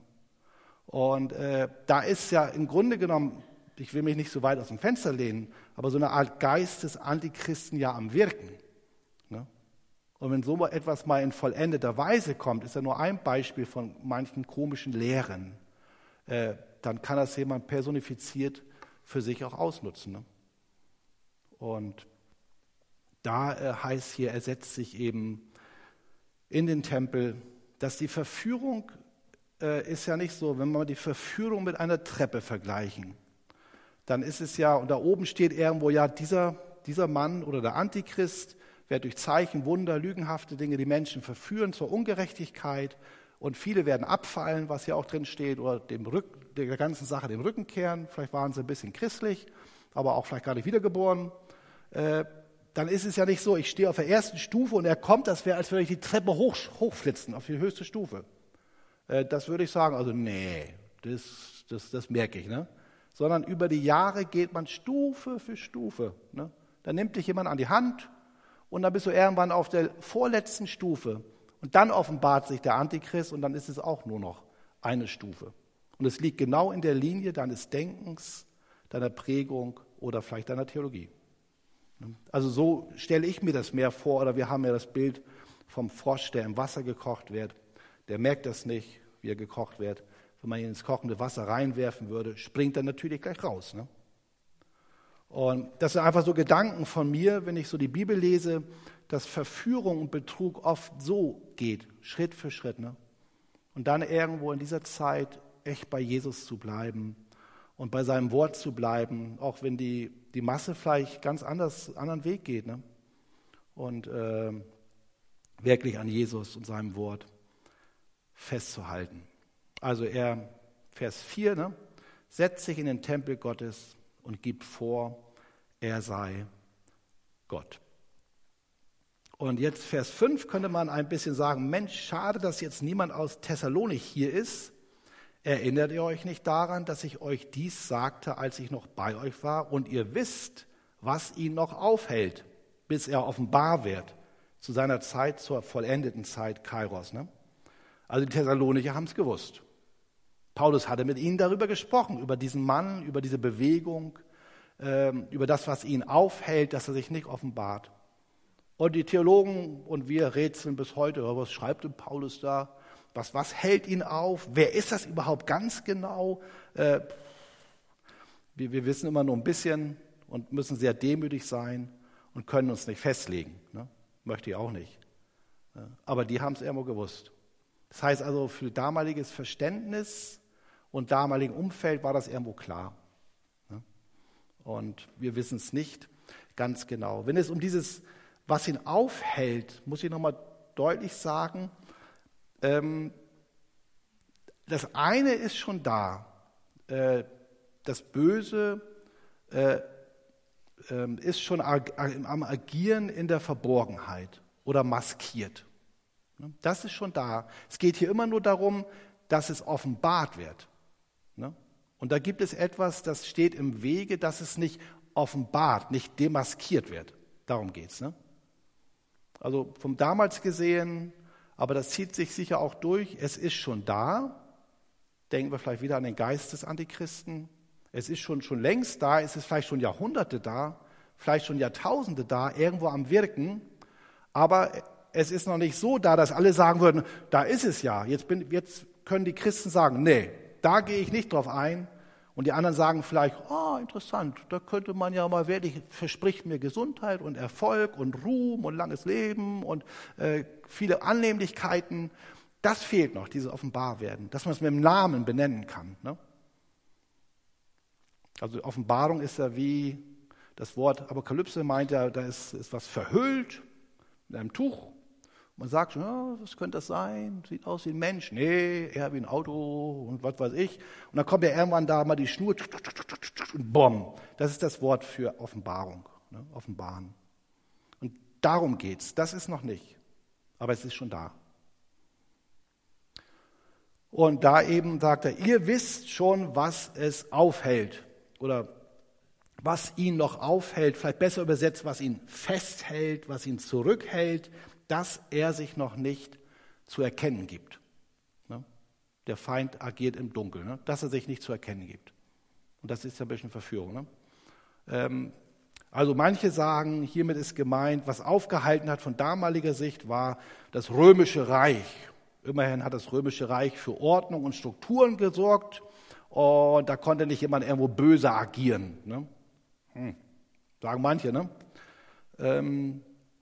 Und äh, da ist ja im Grunde genommen, ich will mich nicht so weit aus dem Fenster lehnen, aber so eine Art Geist des Antichristen ja am Wirken. Ne? Und wenn so etwas mal in vollendeter Weise kommt, ist ja nur ein Beispiel von manchen komischen Lehren, äh, dann kann das jemand personifiziert für sich auch ausnutzen. Ne? Und da äh, heißt hier, er setzt sich eben in den Tempel, dass die Verführung äh, ist ja nicht so, wenn wir die Verführung mit einer Treppe vergleichen, dann ist es ja, und da oben steht irgendwo, ja, dieser, dieser Mann oder der Antichrist wird durch Zeichen, Wunder, lügenhafte Dinge die Menschen verführen zur Ungerechtigkeit und viele werden abfallen, was hier auch drin steht, oder dem Rück, der ganzen Sache den Rücken kehren. Vielleicht waren sie ein bisschen christlich, aber auch vielleicht gar nicht wiedergeboren. Äh, dann ist es ja nicht so, ich stehe auf der ersten Stufe und er kommt, das wäre, als würde ich die Treppe hoch, hochflitzen auf die höchste Stufe. Äh, das würde ich sagen, also nee, das, das, das merke ich, ne? Sondern über die Jahre geht man Stufe für Stufe. Ne? Dann nimmt dich jemand an die Hand und dann bist du irgendwann auf der vorletzten Stufe. Und dann offenbart sich der Antichrist und dann ist es auch nur noch eine Stufe. Und es liegt genau in der Linie deines Denkens, deiner Prägung oder vielleicht deiner Theologie. Also so stelle ich mir das mehr vor, oder wir haben ja das Bild vom Frosch, der im Wasser gekocht wird. Der merkt das nicht, wie er gekocht wird. Wenn man ihn ins kochende Wasser reinwerfen würde, springt er natürlich gleich raus. Ne? Und das sind einfach so Gedanken von mir, wenn ich so die Bibel lese, dass Verführung und Betrug oft so geht, Schritt für Schritt. Ne? Und dann irgendwo in dieser Zeit echt bei Jesus zu bleiben und bei seinem Wort zu bleiben, auch wenn die, die Masse vielleicht ganz anders, anderen Weg geht. Ne? Und äh, wirklich an Jesus und seinem Wort festzuhalten. Also er, Vers vier, ne, setzt sich in den Tempel Gottes und gibt vor, er sei Gott. Und jetzt Vers fünf könnte man ein bisschen sagen, Mensch, schade, dass jetzt niemand aus Thessalonich hier ist. Erinnert ihr euch nicht daran, dass ich euch dies sagte, als ich noch bei euch war? Und ihr wisst, was ihn noch aufhält, bis er offenbar wird, zu seiner Zeit, zur vollendeten Zeit Kairos. Ne? Also die Thessalonicher haben es gewusst. Paulus hatte mit ihnen darüber gesprochen, über diesen Mann, über diese Bewegung, ähm, über das, was ihn aufhält, dass er sich nicht offenbart. Und die Theologen und wir rätseln bis heute, was schreibt denn Paulus da? Was, was hält ihn auf? Wer ist das überhaupt ganz genau? Äh, wir, wir wissen immer nur ein bisschen und müssen sehr demütig sein und können uns nicht festlegen. Ne? Möchte ich auch nicht. Aber die haben es irgendwo gewusst. Das heißt also, für damaliges Verständnis und damaligen Umfeld war das irgendwo klar. Und wir wissen es nicht ganz genau. Wenn es um dieses, was ihn aufhält, muss ich nochmal deutlich sagen, ähm, das eine ist schon da. Äh, das Böse äh, äh, ist schon ag- am Agieren in der Verborgenheit oder maskiert. Das ist schon da. Es geht hier immer nur darum, dass es offenbart wird. Und da gibt es etwas, das steht im Wege, dass es nicht offenbart, nicht demaskiert wird. Darum geht es. Ne? Also vom damals gesehen, aber das zieht sich sicher auch durch, es ist schon da. Denken wir vielleicht wieder an den Geist des Antichristen. Es ist schon, schon längst da, es ist vielleicht schon Jahrhunderte da, vielleicht schon Jahrtausende da, irgendwo am Wirken. Aber es ist noch nicht so da, dass alle sagen würden, da ist es ja. Jetzt, bin, jetzt können die Christen sagen, nee, da gehe ich nicht drauf ein. Und die anderen sagen vielleicht, oh, interessant, da könnte man ja mal wirklich, verspricht mir Gesundheit und Erfolg und Ruhm und langes Leben und äh, viele Annehmlichkeiten. Das fehlt noch, dieses Offenbarwerden, dass man es mit dem Namen benennen kann. Ne? Also Offenbarung ist ja wie, das Wort Apokalypse meint ja, da ist, ist was verhüllt mit einem Tuch. Man sagt schon, ja, was könnte das sein? Sieht aus wie ein Mensch. Nee, eher wie ein Auto und was weiß ich. Und dann kommt ja irgendwann da mal die Schnur und bumm. Das ist das Wort für Offenbarung, ne? Offenbaren. Und darum geht's. Das ist noch nicht. Aber es ist schon da. Und da eben sagt er, ihr wisst schon, was es aufhält. Oder was ihn noch aufhält, vielleicht besser übersetzt, was ihn festhält, was ihn zurückhält, dass er sich noch nicht zu erkennen gibt. Der Feind agiert im Dunkeln, dass er sich nicht zu erkennen gibt. Und das ist ja ein bisschen Verführung. Also manche sagen, hiermit ist gemeint, was aufgehalten hat von damaliger Sicht, war das Römische Reich. Immerhin hat das Römische Reich für Ordnung und Strukturen gesorgt und da konnte nicht jemand irgendwo böse agieren. Ne? Hm. Sagen manche, ne? Ähm,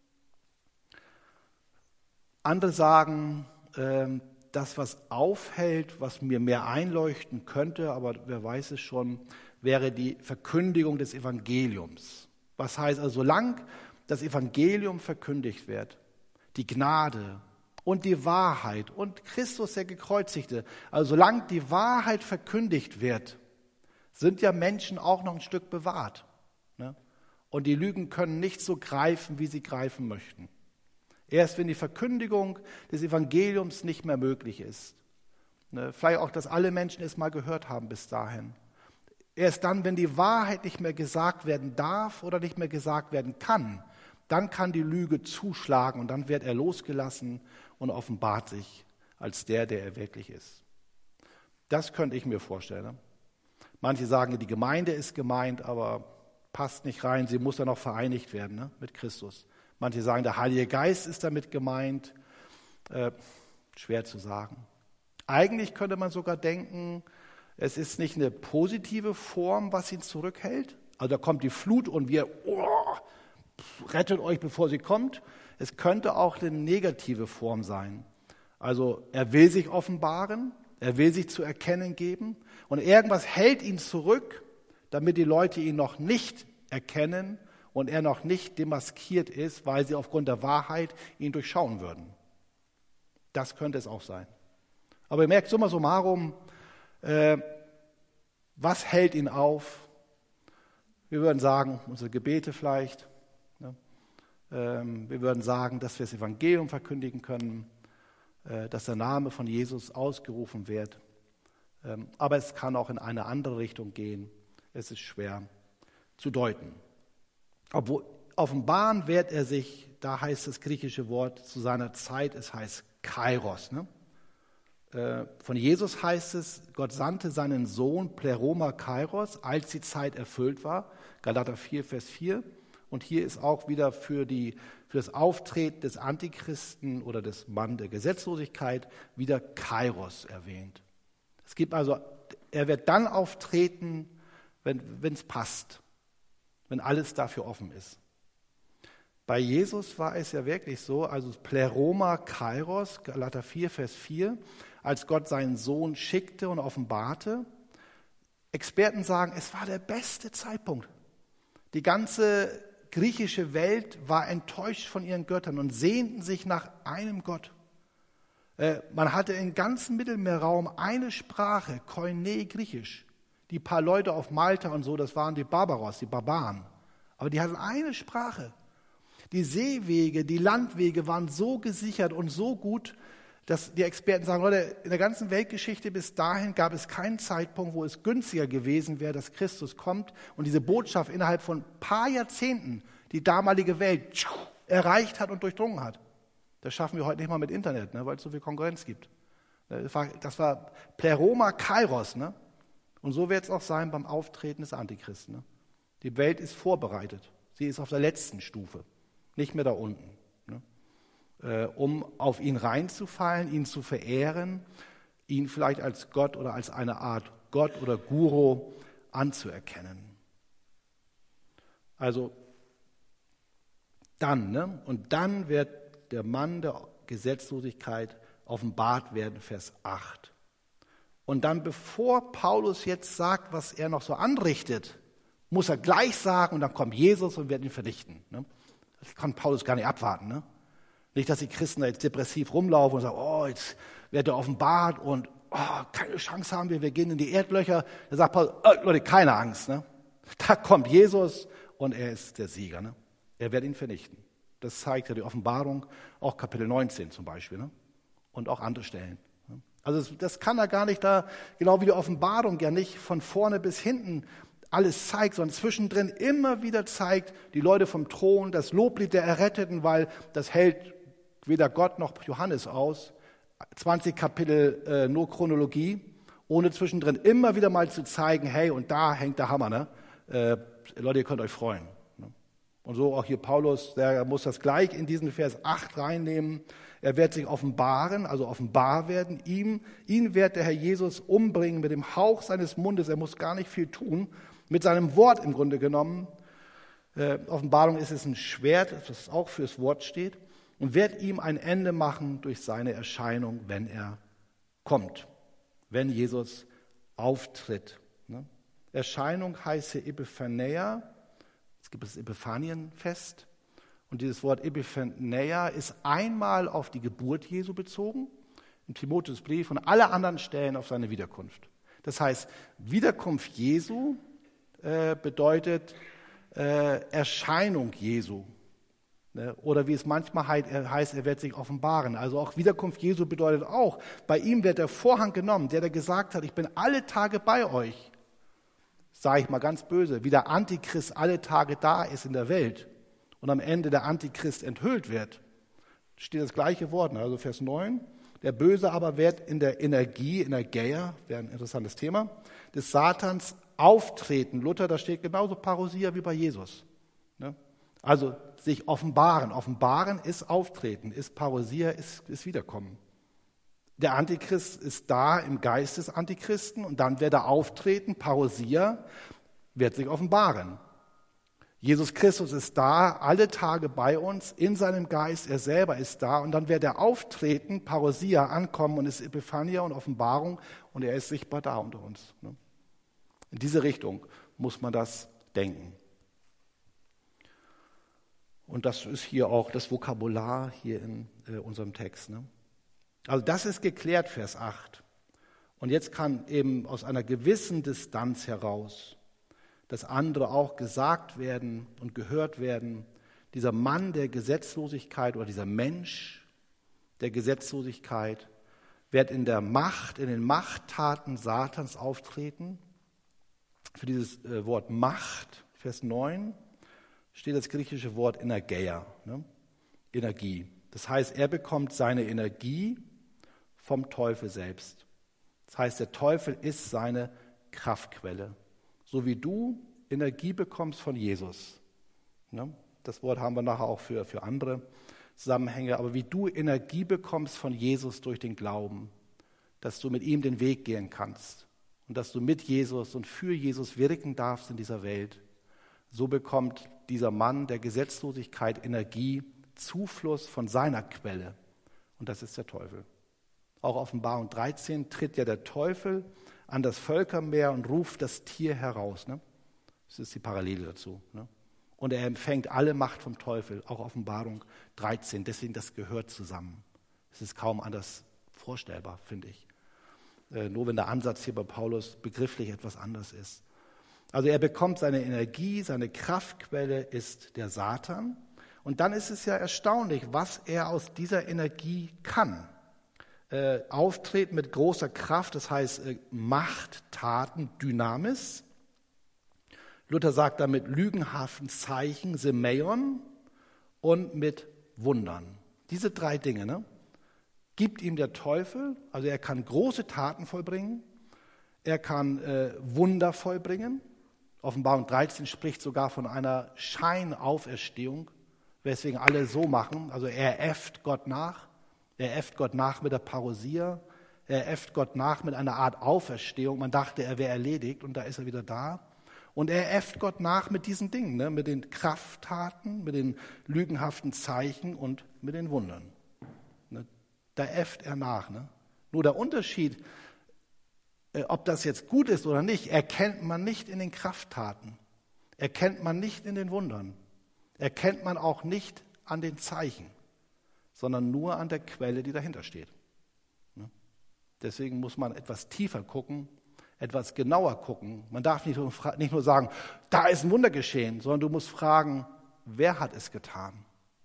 Andere sagen, äh, das, was aufhält, was mir mehr einleuchten könnte, aber wer weiß es schon, wäre die Verkündigung des Evangeliums. Was heißt also, solange das Evangelium verkündigt wird, die Gnade und die Wahrheit und Christus der Gekreuzigte, also solange die Wahrheit verkündigt wird, sind ja Menschen auch noch ein Stück bewahrt. Ne? Und die Lügen können nicht so greifen, wie sie greifen möchten. Erst wenn die Verkündigung des Evangeliums nicht mehr möglich ist, ne, vielleicht auch, dass alle Menschen es mal gehört haben bis dahin, erst dann, wenn die Wahrheit nicht mehr gesagt werden darf oder nicht mehr gesagt werden kann, dann kann die Lüge zuschlagen und dann wird er losgelassen und offenbart sich als der, der er wirklich ist. Das könnte ich mir vorstellen. Ne? Manche sagen, die Gemeinde ist gemeint, aber passt nicht rein, sie muss ja noch vereinigt werden, ne, mit Christus. Manche sagen, der Heilige Geist ist damit gemeint. Äh, schwer zu sagen. Eigentlich könnte man sogar denken, es ist nicht eine positive Form, was ihn zurückhält. Also da kommt die Flut und wir, oh, rettet euch, bevor sie kommt. Es könnte auch eine negative Form sein. Also er will sich offenbaren, er will sich zu erkennen geben und irgendwas hält ihn zurück, damit die Leute ihn noch nicht erkennen und er noch nicht demaskiert ist, weil sie aufgrund der Wahrheit ihn durchschauen würden. Das könnte es auch sein. Aber ihr merkt, summa summarum, äh, was hält ihn auf? Wir würden sagen, unsere Gebete vielleicht. Ne? Ähm, wir würden sagen, dass wir das Evangelium verkündigen können, äh, dass der Name von Jesus ausgerufen wird. Ähm, aber es kann auch in eine andere Richtung gehen. Es ist schwer zu deuten. Obwohl, offenbaren wird er sich, da heißt das griechische Wort zu seiner Zeit, es heißt Kairos. Ne? Äh, von Jesus heißt es, Gott sandte seinen Sohn Pleroma Kairos, als die Zeit erfüllt war. Galater vier, Vers vier. Und hier ist auch wieder für, die, für das Auftreten des Antichristen oder des Mann der Gesetzlosigkeit wieder Kairos erwähnt. Es gibt also, er wird dann auftreten, wenn es passt. Wenn alles dafür offen ist. Bei Jesus war es ja wirklich so, also Pleroma Kairos, Galater vier, Vers vier, als Gott seinen Sohn schickte und offenbarte. Experten sagen, es war der beste Zeitpunkt. Die ganze griechische Welt war enttäuscht von ihren Göttern und sehnten sich nach einem Gott. Äh, man hatte im ganzen Mittelmeerraum eine Sprache, Koine Griechisch. Die paar Leute auf Malta und so, das waren die Barbaros, die Barbaren. Aber die hatten eine Sprache. Die Seewege, die Landwege waren so gesichert und so gut, dass die Experten sagen, Leute, in der ganzen Weltgeschichte bis dahin gab es keinen Zeitpunkt, wo es günstiger gewesen wäre, dass Christus kommt und diese Botschaft innerhalb von ein paar Jahrzehnten die damalige Welt erreicht hat und durchdrungen hat. Das schaffen wir heute nicht mal mit Internet, ne, weil es so viel Konkurrenz gibt. Das war, das war Pleroma Kairos. Ne? Und so wird es auch sein beim Auftreten des Antichristen. Ne? Die Welt ist vorbereitet. Sie ist auf der letzten Stufe, nicht mehr da unten. Ne? Äh, um auf ihn reinzufallen, ihn zu verehren, ihn vielleicht als Gott oder als eine Art Gott oder Guru anzuerkennen. Also dann, ne? Und dann wird der Mann der Gesetzlosigkeit offenbart werden, Vers acht. Und dann, bevor Paulus jetzt sagt, was er noch so anrichtet, muss er gleich sagen, und dann kommt Jesus und wird ihn vernichten. Ne? Das kann Paulus gar nicht abwarten. Ne? Nicht, dass die Christen da jetzt depressiv rumlaufen und sagen, oh, jetzt wird er offenbart und oh, keine Chance haben wir, wir gehen in die Erdlöcher. Da sagt Paulus, oh, Leute, keine Angst. Ne? Da kommt Jesus und er ist der Sieger. Ne? Er wird ihn vernichten. Das zeigt ja die Offenbarung, auch Kapitel neunzehn zum Beispiel, ne? Und auch andere Stellen. Ne? Also das, das kann er gar nicht da, genau wie die Offenbarung ja nicht von vorne bis hinten alles zeigt, sondern zwischendrin immer wieder zeigt, die Leute vom Thron, das Loblied der Erretteten, weil das hält weder Gott noch Johannes aus. zwanzig Kapitel äh, nur Chronologie, ohne zwischendrin immer wieder mal zu zeigen, hey, und da hängt der Hammer, ne? Äh, Leute, ihr könnt euch freuen. Und so auch hier Paulus, der muss das gleich in diesen Vers acht reinnehmen. Er wird sich offenbaren, also offenbar werden. Ihm, ihn wird der Herr Jesus umbringen mit dem Hauch seines Mundes. Er muss gar nicht viel tun. Mit seinem Wort im Grunde genommen. Äh, Offenbarung ist es ein Schwert, das auch fürs Wort steht. Und wird ihm ein Ende machen durch seine Erscheinung, wenn er kommt. Wenn Jesus auftritt. Ne? Erscheinung heißt hier Epiphaneia. Es gibt das Epiphanienfest und dieses Wort Epiphaneia ist einmal auf die Geburt Jesu bezogen, im Timotheusbrief und alle anderen Stellen auf seine Wiederkunft. Das heißt, Wiederkunft Jesu äh, bedeutet äh, Erscheinung Jesu. Ne? Oder wie es manchmal heißt, er wird sich offenbaren. Also auch Wiederkunft Jesu bedeutet auch, bei ihm wird der Vorhang genommen, der, der gesagt hat, ich bin alle Tage bei euch. Sage ich mal ganz böse, wie der Antichrist alle Tage da ist in der Welt und am Ende der Antichrist enthüllt wird, steht das gleiche Wort, also Vers neun. Der Böse aber wird in der Energie, Energeia, wäre ein interessantes Thema, des Satans auftreten. Luther, da steht genauso Parousia wie bei Jesus. Also sich offenbaren. Offenbaren ist Auftreten, ist Parousia, ist, ist Wiederkommen. Der Antichrist ist da im Geist des Antichristen und dann wird er auftreten, Parousia, wird sich offenbaren. Jesus Christus ist da, alle Tage bei uns, in seinem Geist, er selber ist da und dann wird er auftreten, Parousia, ankommen und ist Epiphania und Offenbarung und er ist sichtbar da unter uns. In diese Richtung muss man das denken. Und das ist hier auch das Vokabular hier in äh, unserem Text, ne? Also das ist geklärt, Vers acht. Und jetzt kann eben aus einer gewissen Distanz heraus das andere auch gesagt werden und gehört werden. Dieser Mann der Gesetzlosigkeit oder dieser Mensch der Gesetzlosigkeit wird in der Macht, in den Machttaten Satans auftreten. Für dieses äh, Wort Macht, Vers neun, steht das griechische Wort Energeia, ne? Energie. Das heißt, er bekommt seine Energie vom Teufel selbst. Das heißt, der Teufel ist seine Kraftquelle. So wie du Energie bekommst von Jesus. Ne? Das Wort haben wir nachher auch für, für andere Zusammenhänge. Aber wie du Energie bekommst von Jesus durch den Glauben, dass du mit ihm den Weg gehen kannst und dass du mit Jesus und für Jesus wirken darfst in dieser Welt. so bekommt dieser Mann der Gesetzlosigkeit Energie, Zufluss von seiner Quelle. Und das ist der Teufel. Auch Offenbarung dreizehn tritt ja der Teufel an das Völkermeer und ruft das Tier heraus. Ne? Das ist die Parallele dazu. Ne? Und er empfängt alle Macht vom Teufel, auch Offenbarung dreizehn. Deswegen, das gehört zusammen. Es ist kaum anders vorstellbar, finde ich. Äh, nur wenn der Ansatz hier bei Paulus begrifflich etwas anders ist. Also er bekommt seine Energie, seine Kraftquelle ist der Satan. Und dann ist es ja erstaunlich, was er aus dieser Energie kann. Äh, auftreten mit großer Kraft, das heißt äh, Macht, Taten, Dynamis. Luther sagt damit lügenhaften Zeichen, Semeion, und mit Wundern. Diese drei Dinge, ne, gibt ihm der Teufel. Also er kann große Taten vollbringen, er kann äh, Wunder vollbringen. Offenbarung dreizehn spricht sogar von einer Scheinauferstehung, weswegen alle so machen. Also er äfft Gott nach, er äfft Gott nach mit der Parousia, er äfft Gott nach mit einer Art Auferstehung. Man dachte, er wäre erledigt und da ist er wieder da. Und er äfft Gott nach mit diesen Dingen, ne? Mit den Krafttaten, mit den lügenhaften Zeichen und mit den Wundern. Ne? Da äfft er nach. Ne? Nur der Unterschied, äh, ob das jetzt gut ist oder nicht, erkennt man nicht in den Krafttaten, erkennt man nicht in den Wundern, erkennt man auch nicht an den Zeichen, sondern nur an der Quelle, die dahinter steht. Ne? Deswegen muss man etwas tiefer gucken, etwas genauer gucken. Man darf nicht nur, nicht nur sagen, da ist ein Wunder geschehen, sondern du musst fragen, wer hat es getan?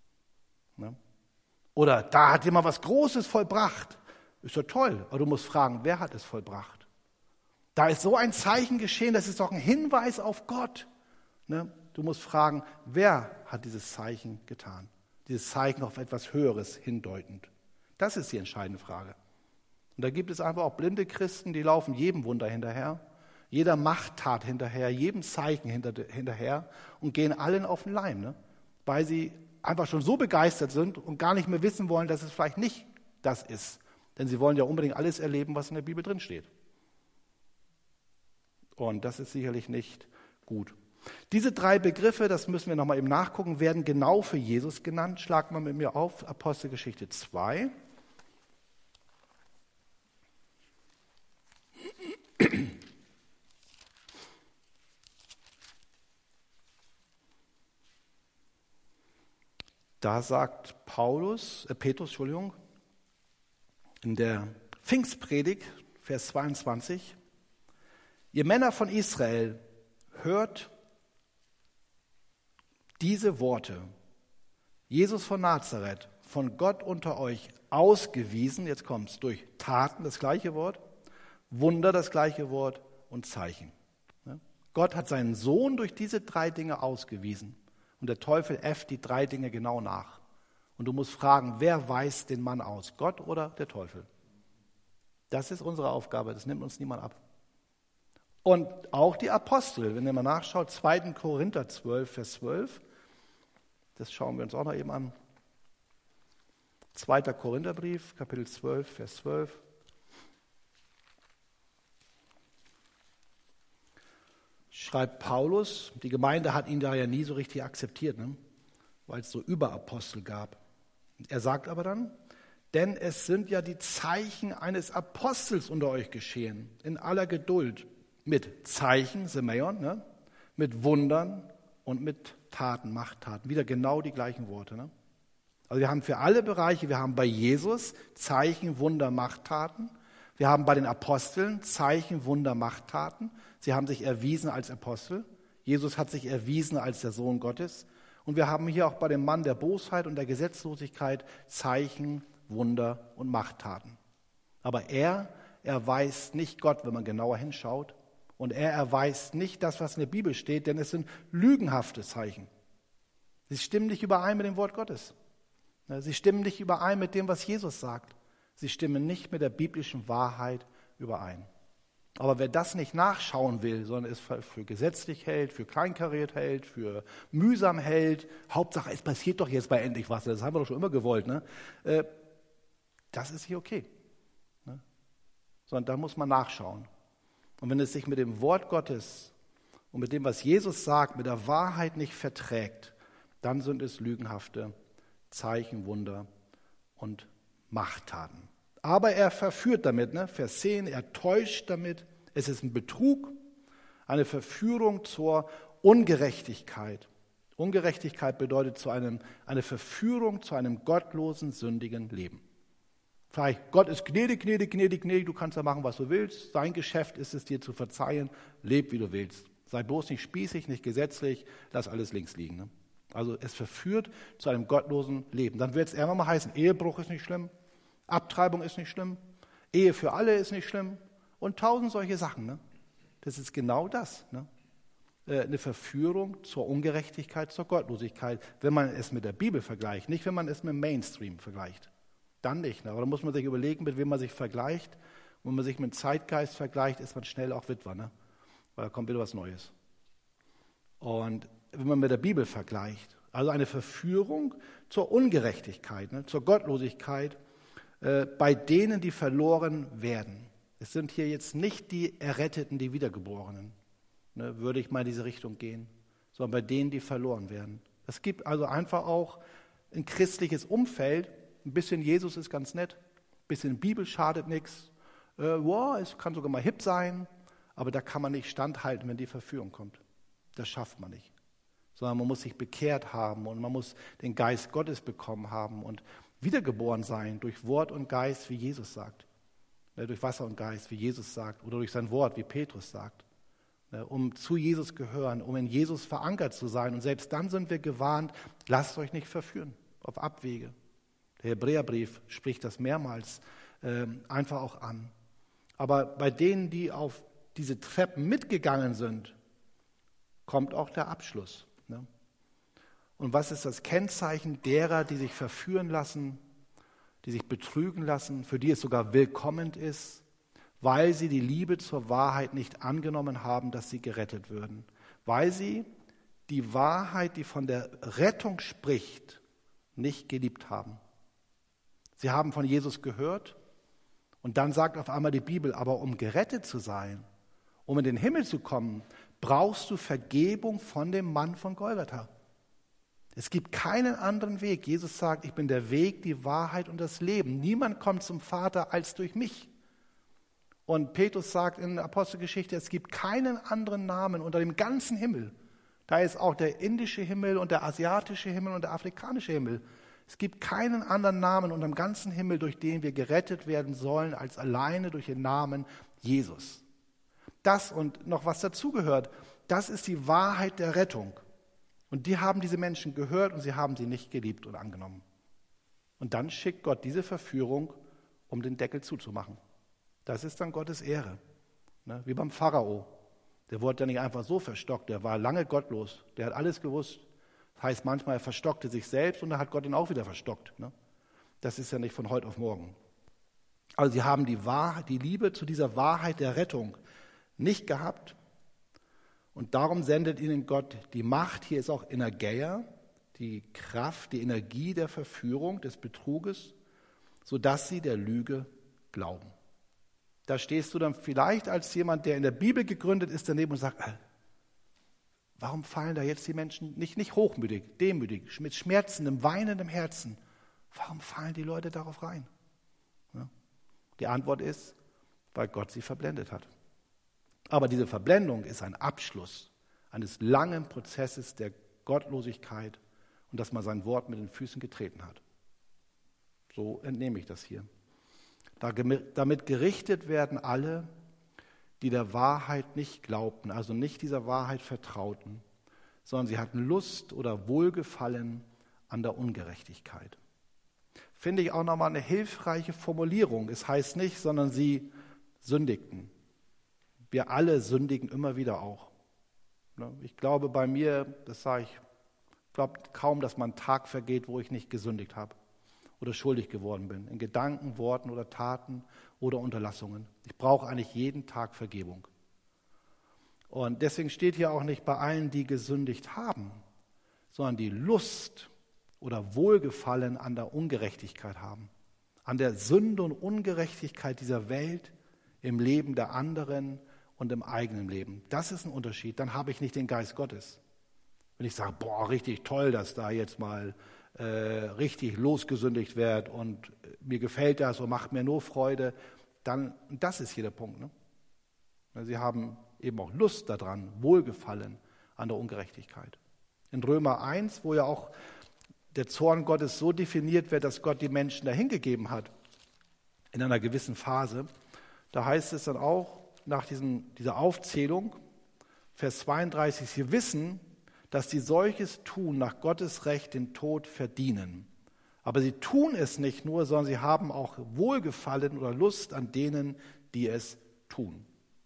Ne? Oder da hat jemand was Großes vollbracht. Ist ja toll, aber du musst fragen, wer hat es vollbracht? Da ist so ein Zeichen geschehen, das ist doch ein Hinweis auf Gott. Ne? Du musst fragen, wer hat dieses Zeichen getan? Dieses Zeichen auf etwas Höheres hindeutend. Das ist die entscheidende Frage. Und da gibt es einfach auch blinde Christen, die laufen jedem Wunder hinterher, jeder Machttat hinterher, jedem Zeichen hinter, hinterher und gehen allen auf den Leim, ne? Weil sie einfach schon so begeistert sind und gar nicht mehr wissen wollen, dass es vielleicht nicht das ist. Denn sie wollen ja unbedingt alles erleben, was in der Bibel drin steht. Und das ist sicherlich nicht gut. Diese drei Begriffe, das müssen wir nochmal eben nachgucken, werden genau für Jesus genannt. Schlag mal mit mir auf, Apostelgeschichte zwei. Da sagt Paulus, äh Petrus, Entschuldigung, in der Pfingstpredigt, Vers zweiundzwanzig, ihr Männer von Israel, hört diese Worte. Jesus von Nazareth, von Gott unter euch ausgewiesen, jetzt kommt es, durch Taten, das gleiche Wort, Wunder, das gleiche Wort und Zeichen. Gott hat seinen Sohn durch diese drei Dinge ausgewiesen. Und der Teufel äfft die drei Dinge genau nach. Und du musst fragen, wer weist den Mann aus? Gott oder der Teufel? Das ist unsere Aufgabe, das nimmt uns niemand ab. Und auch die Apostel, wenn ihr mal nachschaut, zweiter Korinther zwölf, Vers zwölf, das schauen wir uns auch noch eben an. zweiter Korintherbrief, Kapitel zwölf, Vers zwölf. Schreibt Paulus, die Gemeinde hat ihn da ja nie so richtig akzeptiert, ne? Weil es so Überapostel gab. Er sagt aber dann, denn es sind ja die Zeichen eines Apostels unter euch geschehen, in aller Geduld, mit Zeichen, Semeion, ne? Mit Wundern und mit Taten, Machttaten. Wieder genau die gleichen Worte. Ne? Also wir haben für alle Bereiche, wir haben bei Jesus Zeichen, Wunder, Machttaten. Wir haben bei den Aposteln Zeichen, Wunder, Machttaten. Sie haben sich erwiesen als Apostel. Jesus hat sich erwiesen als der Sohn Gottes. Und wir haben hier auch bei dem Mann der Bosheit und der Gesetzlosigkeit Zeichen, Wunder und Machttaten. Aber er erweist nicht Gott, wenn man genauer hinschaut. Und er erweist nicht das, was in der Bibel steht, denn es sind lügenhafte Zeichen. Sie stimmen nicht überein mit dem Wort Gottes. Sie stimmen nicht überein mit dem, was Jesus sagt. Sie stimmen nicht mit der biblischen Wahrheit überein. Aber wer das nicht nachschauen will, sondern es für gesetzlich hält, für kleinkariert hält, für mühsam hält, Hauptsache, es passiert doch jetzt bei endlich was, das haben wir doch schon immer gewollt, ne? Das ist hier okay. Sondern da muss man nachschauen. Und wenn es sich mit dem Wort Gottes und mit dem, was Jesus sagt, mit der Wahrheit nicht verträgt, dann sind es lügenhafte Zeichen, Wunder und Machttaten. Aber er verführt damit, ne? Vers zehn, er täuscht damit. Es ist ein Betrug, eine Verführung zur Ungerechtigkeit. Ungerechtigkeit bedeutet zu einem, eine Verführung zu einem gottlosen, sündigen Leben. Vielleicht, Gott ist gnädig, gnädig, gnädig, gnädig, du kannst ja machen, was du willst. Sein Geschäft ist es, dir zu verzeihen. Leb, wie du willst. Sei bloß nicht spießig, nicht gesetzlich, lass alles links liegen. Ne? Also es verführt zu einem gottlosen Leben. Dann wird es irgendwann mal heißen, Ehebruch ist nicht schlimm, Abtreibung ist nicht schlimm, Ehe für alle ist nicht schlimm und tausend solche Sachen. Ne? Das ist genau das. Ne? Eine Verführung zur Ungerechtigkeit, zur Gottlosigkeit, wenn man es mit der Bibel vergleicht, nicht wenn man es mit dem Mainstream vergleicht. Dann nicht. Ne? Aber da muss man sich überlegen, mit wem man sich vergleicht. Und wenn man sich mit dem Zeitgeist vergleicht, ist man schnell auch Witwer, ne? Weil da kommt wieder was Neues. Und wenn man mit der Bibel vergleicht, also eine Verführung zur Ungerechtigkeit, ne? Zur Gottlosigkeit, äh, bei denen, die verloren werden. Es sind hier jetzt nicht die Erretteten, die Wiedergeborenen, ne? Würde ich mal in diese Richtung gehen, sondern bei denen, die verloren werden. Es gibt also einfach auch ein christliches Umfeld. Ein bisschen Jesus ist ganz nett, ein bisschen Bibel schadet nichts. Äh, wow, es kann sogar mal hip sein, aber da kann man nicht standhalten, wenn die Verführung kommt. Das schafft man nicht. Sondern man muss sich bekehrt haben und man muss den Geist Gottes bekommen haben und wiedergeboren sein durch Wort und Geist, wie Jesus sagt. Ja, durch Wasser und Geist, wie Jesus sagt, oder durch sein Wort, wie Petrus sagt. Ja, um zu Jesus gehören, um in Jesus verankert zu sein. Und selbst dann sind wir gewarnt, lasst euch nicht verführen auf Abwege. Der Hebräerbrief spricht das mehrmals äh, einfach auch an. Aber bei denen, die auf diese Treppen mitgegangen sind, kommt auch der Abschluss. Ne? Und was ist das Kennzeichen derer, die sich verführen lassen, die sich betrügen lassen, für die es sogar willkommen ist, weil sie die Liebe zur Wahrheit nicht angenommen haben, dass sie gerettet würden. Weil sie die Wahrheit, die von der Rettung spricht, nicht geliebt haben. Sie haben von Jesus gehört und dann sagt auf einmal die Bibel, aber um gerettet zu sein, um in den Himmel zu kommen, brauchst du Vergebung von dem Mann von Golgatha. Es gibt keinen anderen Weg. Jesus sagt, ich bin der Weg, die Wahrheit und das Leben. Niemand kommt zum Vater als durch mich. Und Petrus sagt in der Apostelgeschichte, es gibt keinen anderen Namen unter dem ganzen Himmel. Da ist auch der indische Himmel und der asiatische Himmel und der afrikanische Himmel. Es gibt keinen anderen Namen unter dem ganzen Himmel, durch den wir gerettet werden sollen, als alleine durch den Namen Jesus. Das und noch was dazugehört, das ist die Wahrheit der Rettung. Und die haben diese Menschen gehört und sie haben sie nicht geliebt und angenommen. Und dann schickt Gott diese Verführung, um den Deckel zuzumachen. Das ist dann Gottes Ehre. Ne? Wie beim Pharao. Der wurde ja nicht einfach so verstockt, der war lange gottlos, der hat alles gewusst. Das heißt manchmal, er verstockte sich selbst und dann hat Gott ihn auch wieder verstockt. Ne? Das ist ja nicht von heute auf morgen. Also sie haben die Wahrheit, die Liebe zu dieser Wahrheit der Rettung nicht gehabt. Und darum sendet ihnen Gott die Macht, hier ist auch Energeia, die Kraft, die Energie der Verführung, des Betruges, sodass sie der Lüge glauben. Da stehst du dann vielleicht als jemand, der in der Bibel gegründet ist, daneben und sagt, äh, warum fallen da jetzt die Menschen nicht, nicht hochmütig, demütig, mit schmerzendem, weinendem Herzen? Warum fallen die Leute darauf rein? Ja. Die Antwort ist, weil Gott sie verblendet hat. Aber diese Verblendung ist ein Abschluss eines langen Prozesses der Gottlosigkeit und dass man sein Wort mit den Füßen getreten hat. So entnehme ich das hier. Damit gerichtet werden alle, die der Wahrheit nicht glaubten, also nicht dieser Wahrheit vertrauten, sondern sie hatten Lust oder Wohlgefallen an der Ungerechtigkeit. Finde ich auch nochmal eine hilfreiche Formulierung. Es heißt nicht, sondern sie sündigten. Wir alle sündigen immer wieder auch. Ich glaube bei mir, das sage ich, ich glaube kaum, dass mal ein Tag vergeht, wo ich nicht gesündigt habe oder schuldig geworden bin, in Gedanken, Worten oder Taten oder Unterlassungen. Ich brauche eigentlich jeden Tag Vergebung. Und deswegen steht hier auch nicht bei allen, die gesündigt haben, sondern die Lust oder Wohlgefallen an der Ungerechtigkeit haben, an der Sünde und Ungerechtigkeit dieser Welt im Leben der anderen und im eigenen Leben. Das ist ein Unterschied. Dann habe ich nicht den Geist Gottes. Wenn ich sage, boah, richtig toll, dass da jetzt mal äh, richtig losgesündigt wird und mir gefällt das und macht mir nur Freude, dann, das ist hier der Punkt. Ne? Sie haben eben auch Lust daran, Wohlgefallen an der Ungerechtigkeit. In Römer eins, wo ja auch der Zorn Gottes so definiert wird, dass Gott die Menschen dahingegeben hat, in einer gewissen Phase, da heißt es dann auch nach diesen, dieser Aufzählung, Vers zweiunddreißig, sie wissen, dass die solches tun, nach Gottes Recht den Tod verdienen. Aber sie tun es nicht nur, sondern sie haben auch Wohlgefallen oder Lust an denen, die es tun.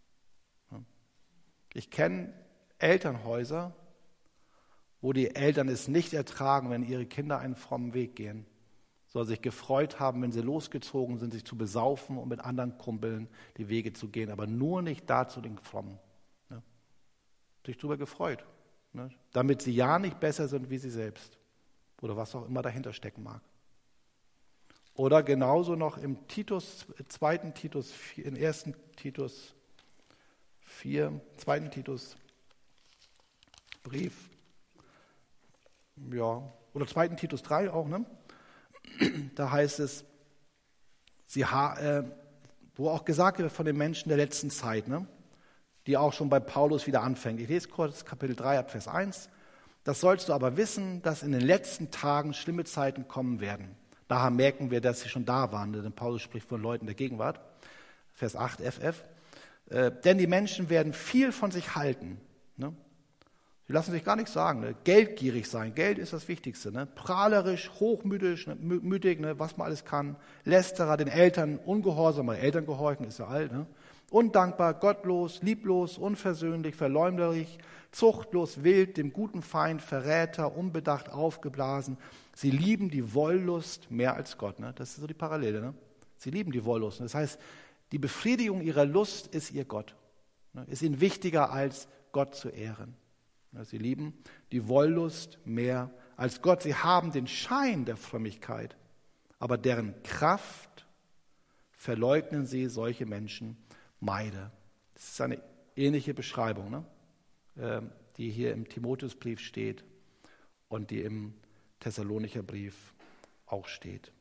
Ich kenne Elternhäuser, wo die Eltern es nicht ertragen, wenn ihre Kinder einen frommen Weg gehen, sondern sich gefreut haben, wenn sie losgezogen sind, sich zu besaufen und mit anderen Kumpeln die Wege zu gehen, aber nur nicht dazu den Frommen. Ne? Sich darüber gefreut, ne? Damit sie ja nicht besser sind wie sie selbst oder was auch immer dahinter stecken mag. Oder genauso noch im Titus, zweiten Titus, im ersten Titus vier, zweiten Titus Brief, ja, oder zweiten Titus drei auch, ne? Da heißt es, sie ha, äh, wo auch gesagt wird von den Menschen der letzten Zeit, ne? Die auch schon bei Paulus wieder anfängt. Ich lese kurz Kapitel drei ab Vers eins. Das sollst du aber wissen, dass in den letzten Tagen schlimme Zeiten kommen werden. Daher merken wir, dass sie schon da waren, denn Paulus spricht von Leuten der Gegenwart. Vers acht F F. Äh, denn die Menschen werden viel von sich halten. Ne? Sie lassen sich gar nichts sagen. Ne? Geldgierig sein. Geld ist das Wichtigste. Ne? Prahlerisch, hochmütig, ne? mütig, ne? Was man alles kann. Lästerer, den Eltern ungehorsam. Weil Eltern gehorchen, ist ja alt. Ne? Undankbar, gottlos, lieblos, unversöhnlich, verleumderig, zuchtlos, wild, dem guten Feind, Verräter, unbedacht, aufgeblasen. Sie lieben die Wollust mehr als Gott. Ne? Das ist so die Parallele. Ne? Sie lieben die Wollust. Das heißt, die Befriedigung ihrer Lust ist ihr Gott. Ne? Ist ihnen wichtiger, als Gott zu ehren. Ne? Sie lieben die Wollust mehr als Gott. Sie haben den Schein der Frömmigkeit, aber deren Kraft verleugnen sie, solche Menschen meide. Das ist eine ähnliche Beschreibung, ne? Die hier im Timotheusbrief steht und die im Thessalonicher Brief auch steht.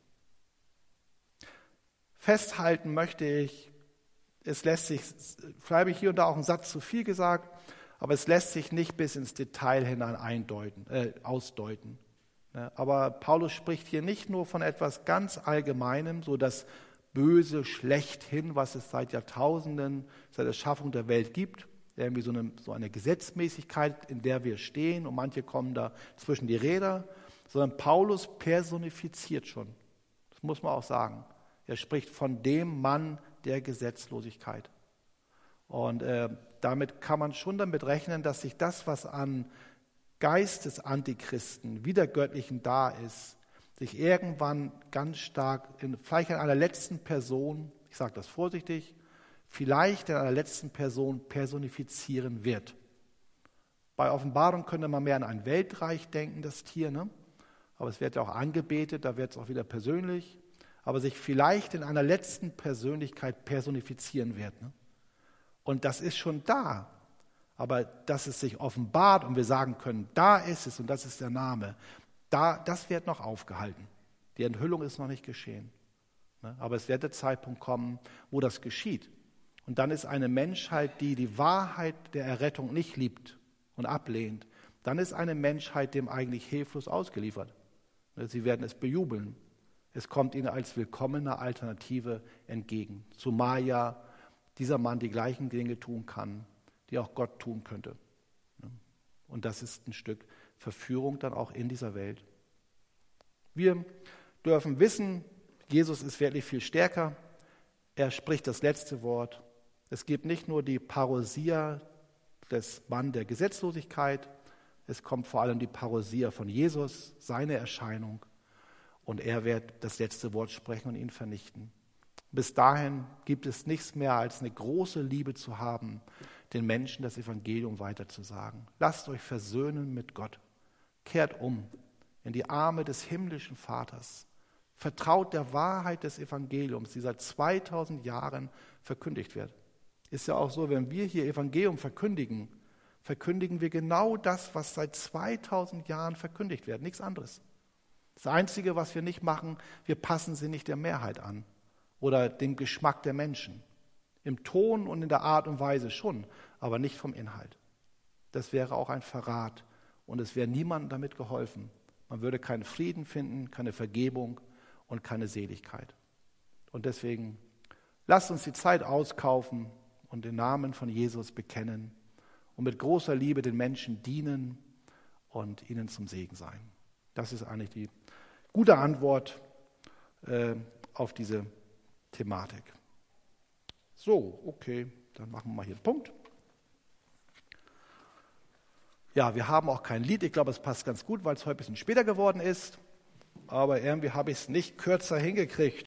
Festhalten möchte ich, es lässt sich, vielleicht habe ich hier und da auch einen Satz zu viel gesagt, aber es lässt sich nicht bis ins Detail hinein eindeuten, äh, ausdeuten. Aber Paulus spricht hier nicht nur von etwas ganz Allgemeinem, so dass Böse schlechthin, was es seit Jahrtausenden, seit der Schaffung der Welt gibt. Irgendwie so eine, so eine Gesetzmäßigkeit, in der wir stehen und manche kommen da zwischen die Räder, sondern Paulus personifiziert schon. Das muss man auch sagen. Er spricht von dem Mann der Gesetzlosigkeit. Und äh, damit kann man schon damit rechnen, dass sich das, was an Geist des Antichristen, Widergöttlichen da ist, sich irgendwann ganz stark, in, vielleicht in einer letzten Person, ich sage das vorsichtig, vielleicht in einer letzten Person personifizieren wird. Bei Offenbarung könnte man mehr an ein Weltreich denken, das Tier, ne? Aber es wird ja auch angebetet, da wird es auch wieder persönlich, aber sich vielleicht in einer letzten Persönlichkeit personifizieren wird. Ne? Und das ist schon da, aber dass es sich offenbart und wir sagen können, da ist es und das ist der Name, Da, das wird noch aufgehalten. Die Enthüllung ist noch nicht geschehen. Ne? Aber es wird der Zeitpunkt kommen, wo das geschieht. Und dann ist eine Menschheit, die die Wahrheit der Errettung nicht liebt und ablehnt, dann ist eine Menschheit dem eigentlich hilflos ausgeliefert. Ne? Sie werden es bejubeln. Es kommt ihnen als willkommene Alternative entgegen. Zumal ja dieser Mann die gleichen Dinge tun kann, die auch Gott tun könnte. Ne? Und das ist ein Stück Verführung dann auch in dieser Welt. Wir dürfen wissen, Jesus ist wirklich viel stärker. Er spricht das letzte Wort. Es gibt nicht nur die Parousia des Mann der Gesetzlosigkeit, es kommt vor allem die Parousia von Jesus, seine Erscheinung. Und er wird das letzte Wort sprechen und ihn vernichten. Bis dahin gibt es nichts mehr, als eine große Liebe zu haben, den Menschen das Evangelium weiterzusagen. Lasst euch versöhnen mit Gott. Kehrt um in die Arme des himmlischen Vaters. Vertraut der Wahrheit des Evangeliums, die seit zweitausend Jahren verkündigt wird. Ist ja auch so, wenn wir hier Evangelium verkündigen, verkündigen wir genau das, was seit zweitausend Jahren verkündigt wird, nichts anderes. Das Einzige, was wir nicht machen, wir passen sie nicht der Mehrheit an oder dem Geschmack der Menschen. Im Ton und in der Art und Weise schon, aber nicht vom Inhalt. Das wäre auch ein Verrat und es wäre niemandem damit geholfen. Man würde keinen Frieden finden, keine Vergebung und keine Seligkeit. Und deswegen lasst uns die Zeit auskaufen und den Namen von Jesus bekennen und mit großer Liebe den Menschen dienen und ihnen zum Segen sein. Das ist eigentlich die gute Antwort äh, auf diese Thematik. So, okay, dann machen wir mal hier einen Punkt. Ja, wir haben auch kein Lied. Ich glaube, es passt ganz gut, weil es heute ein bisschen später geworden ist. Aber irgendwie habe ich es nicht kürzer hingekriegt.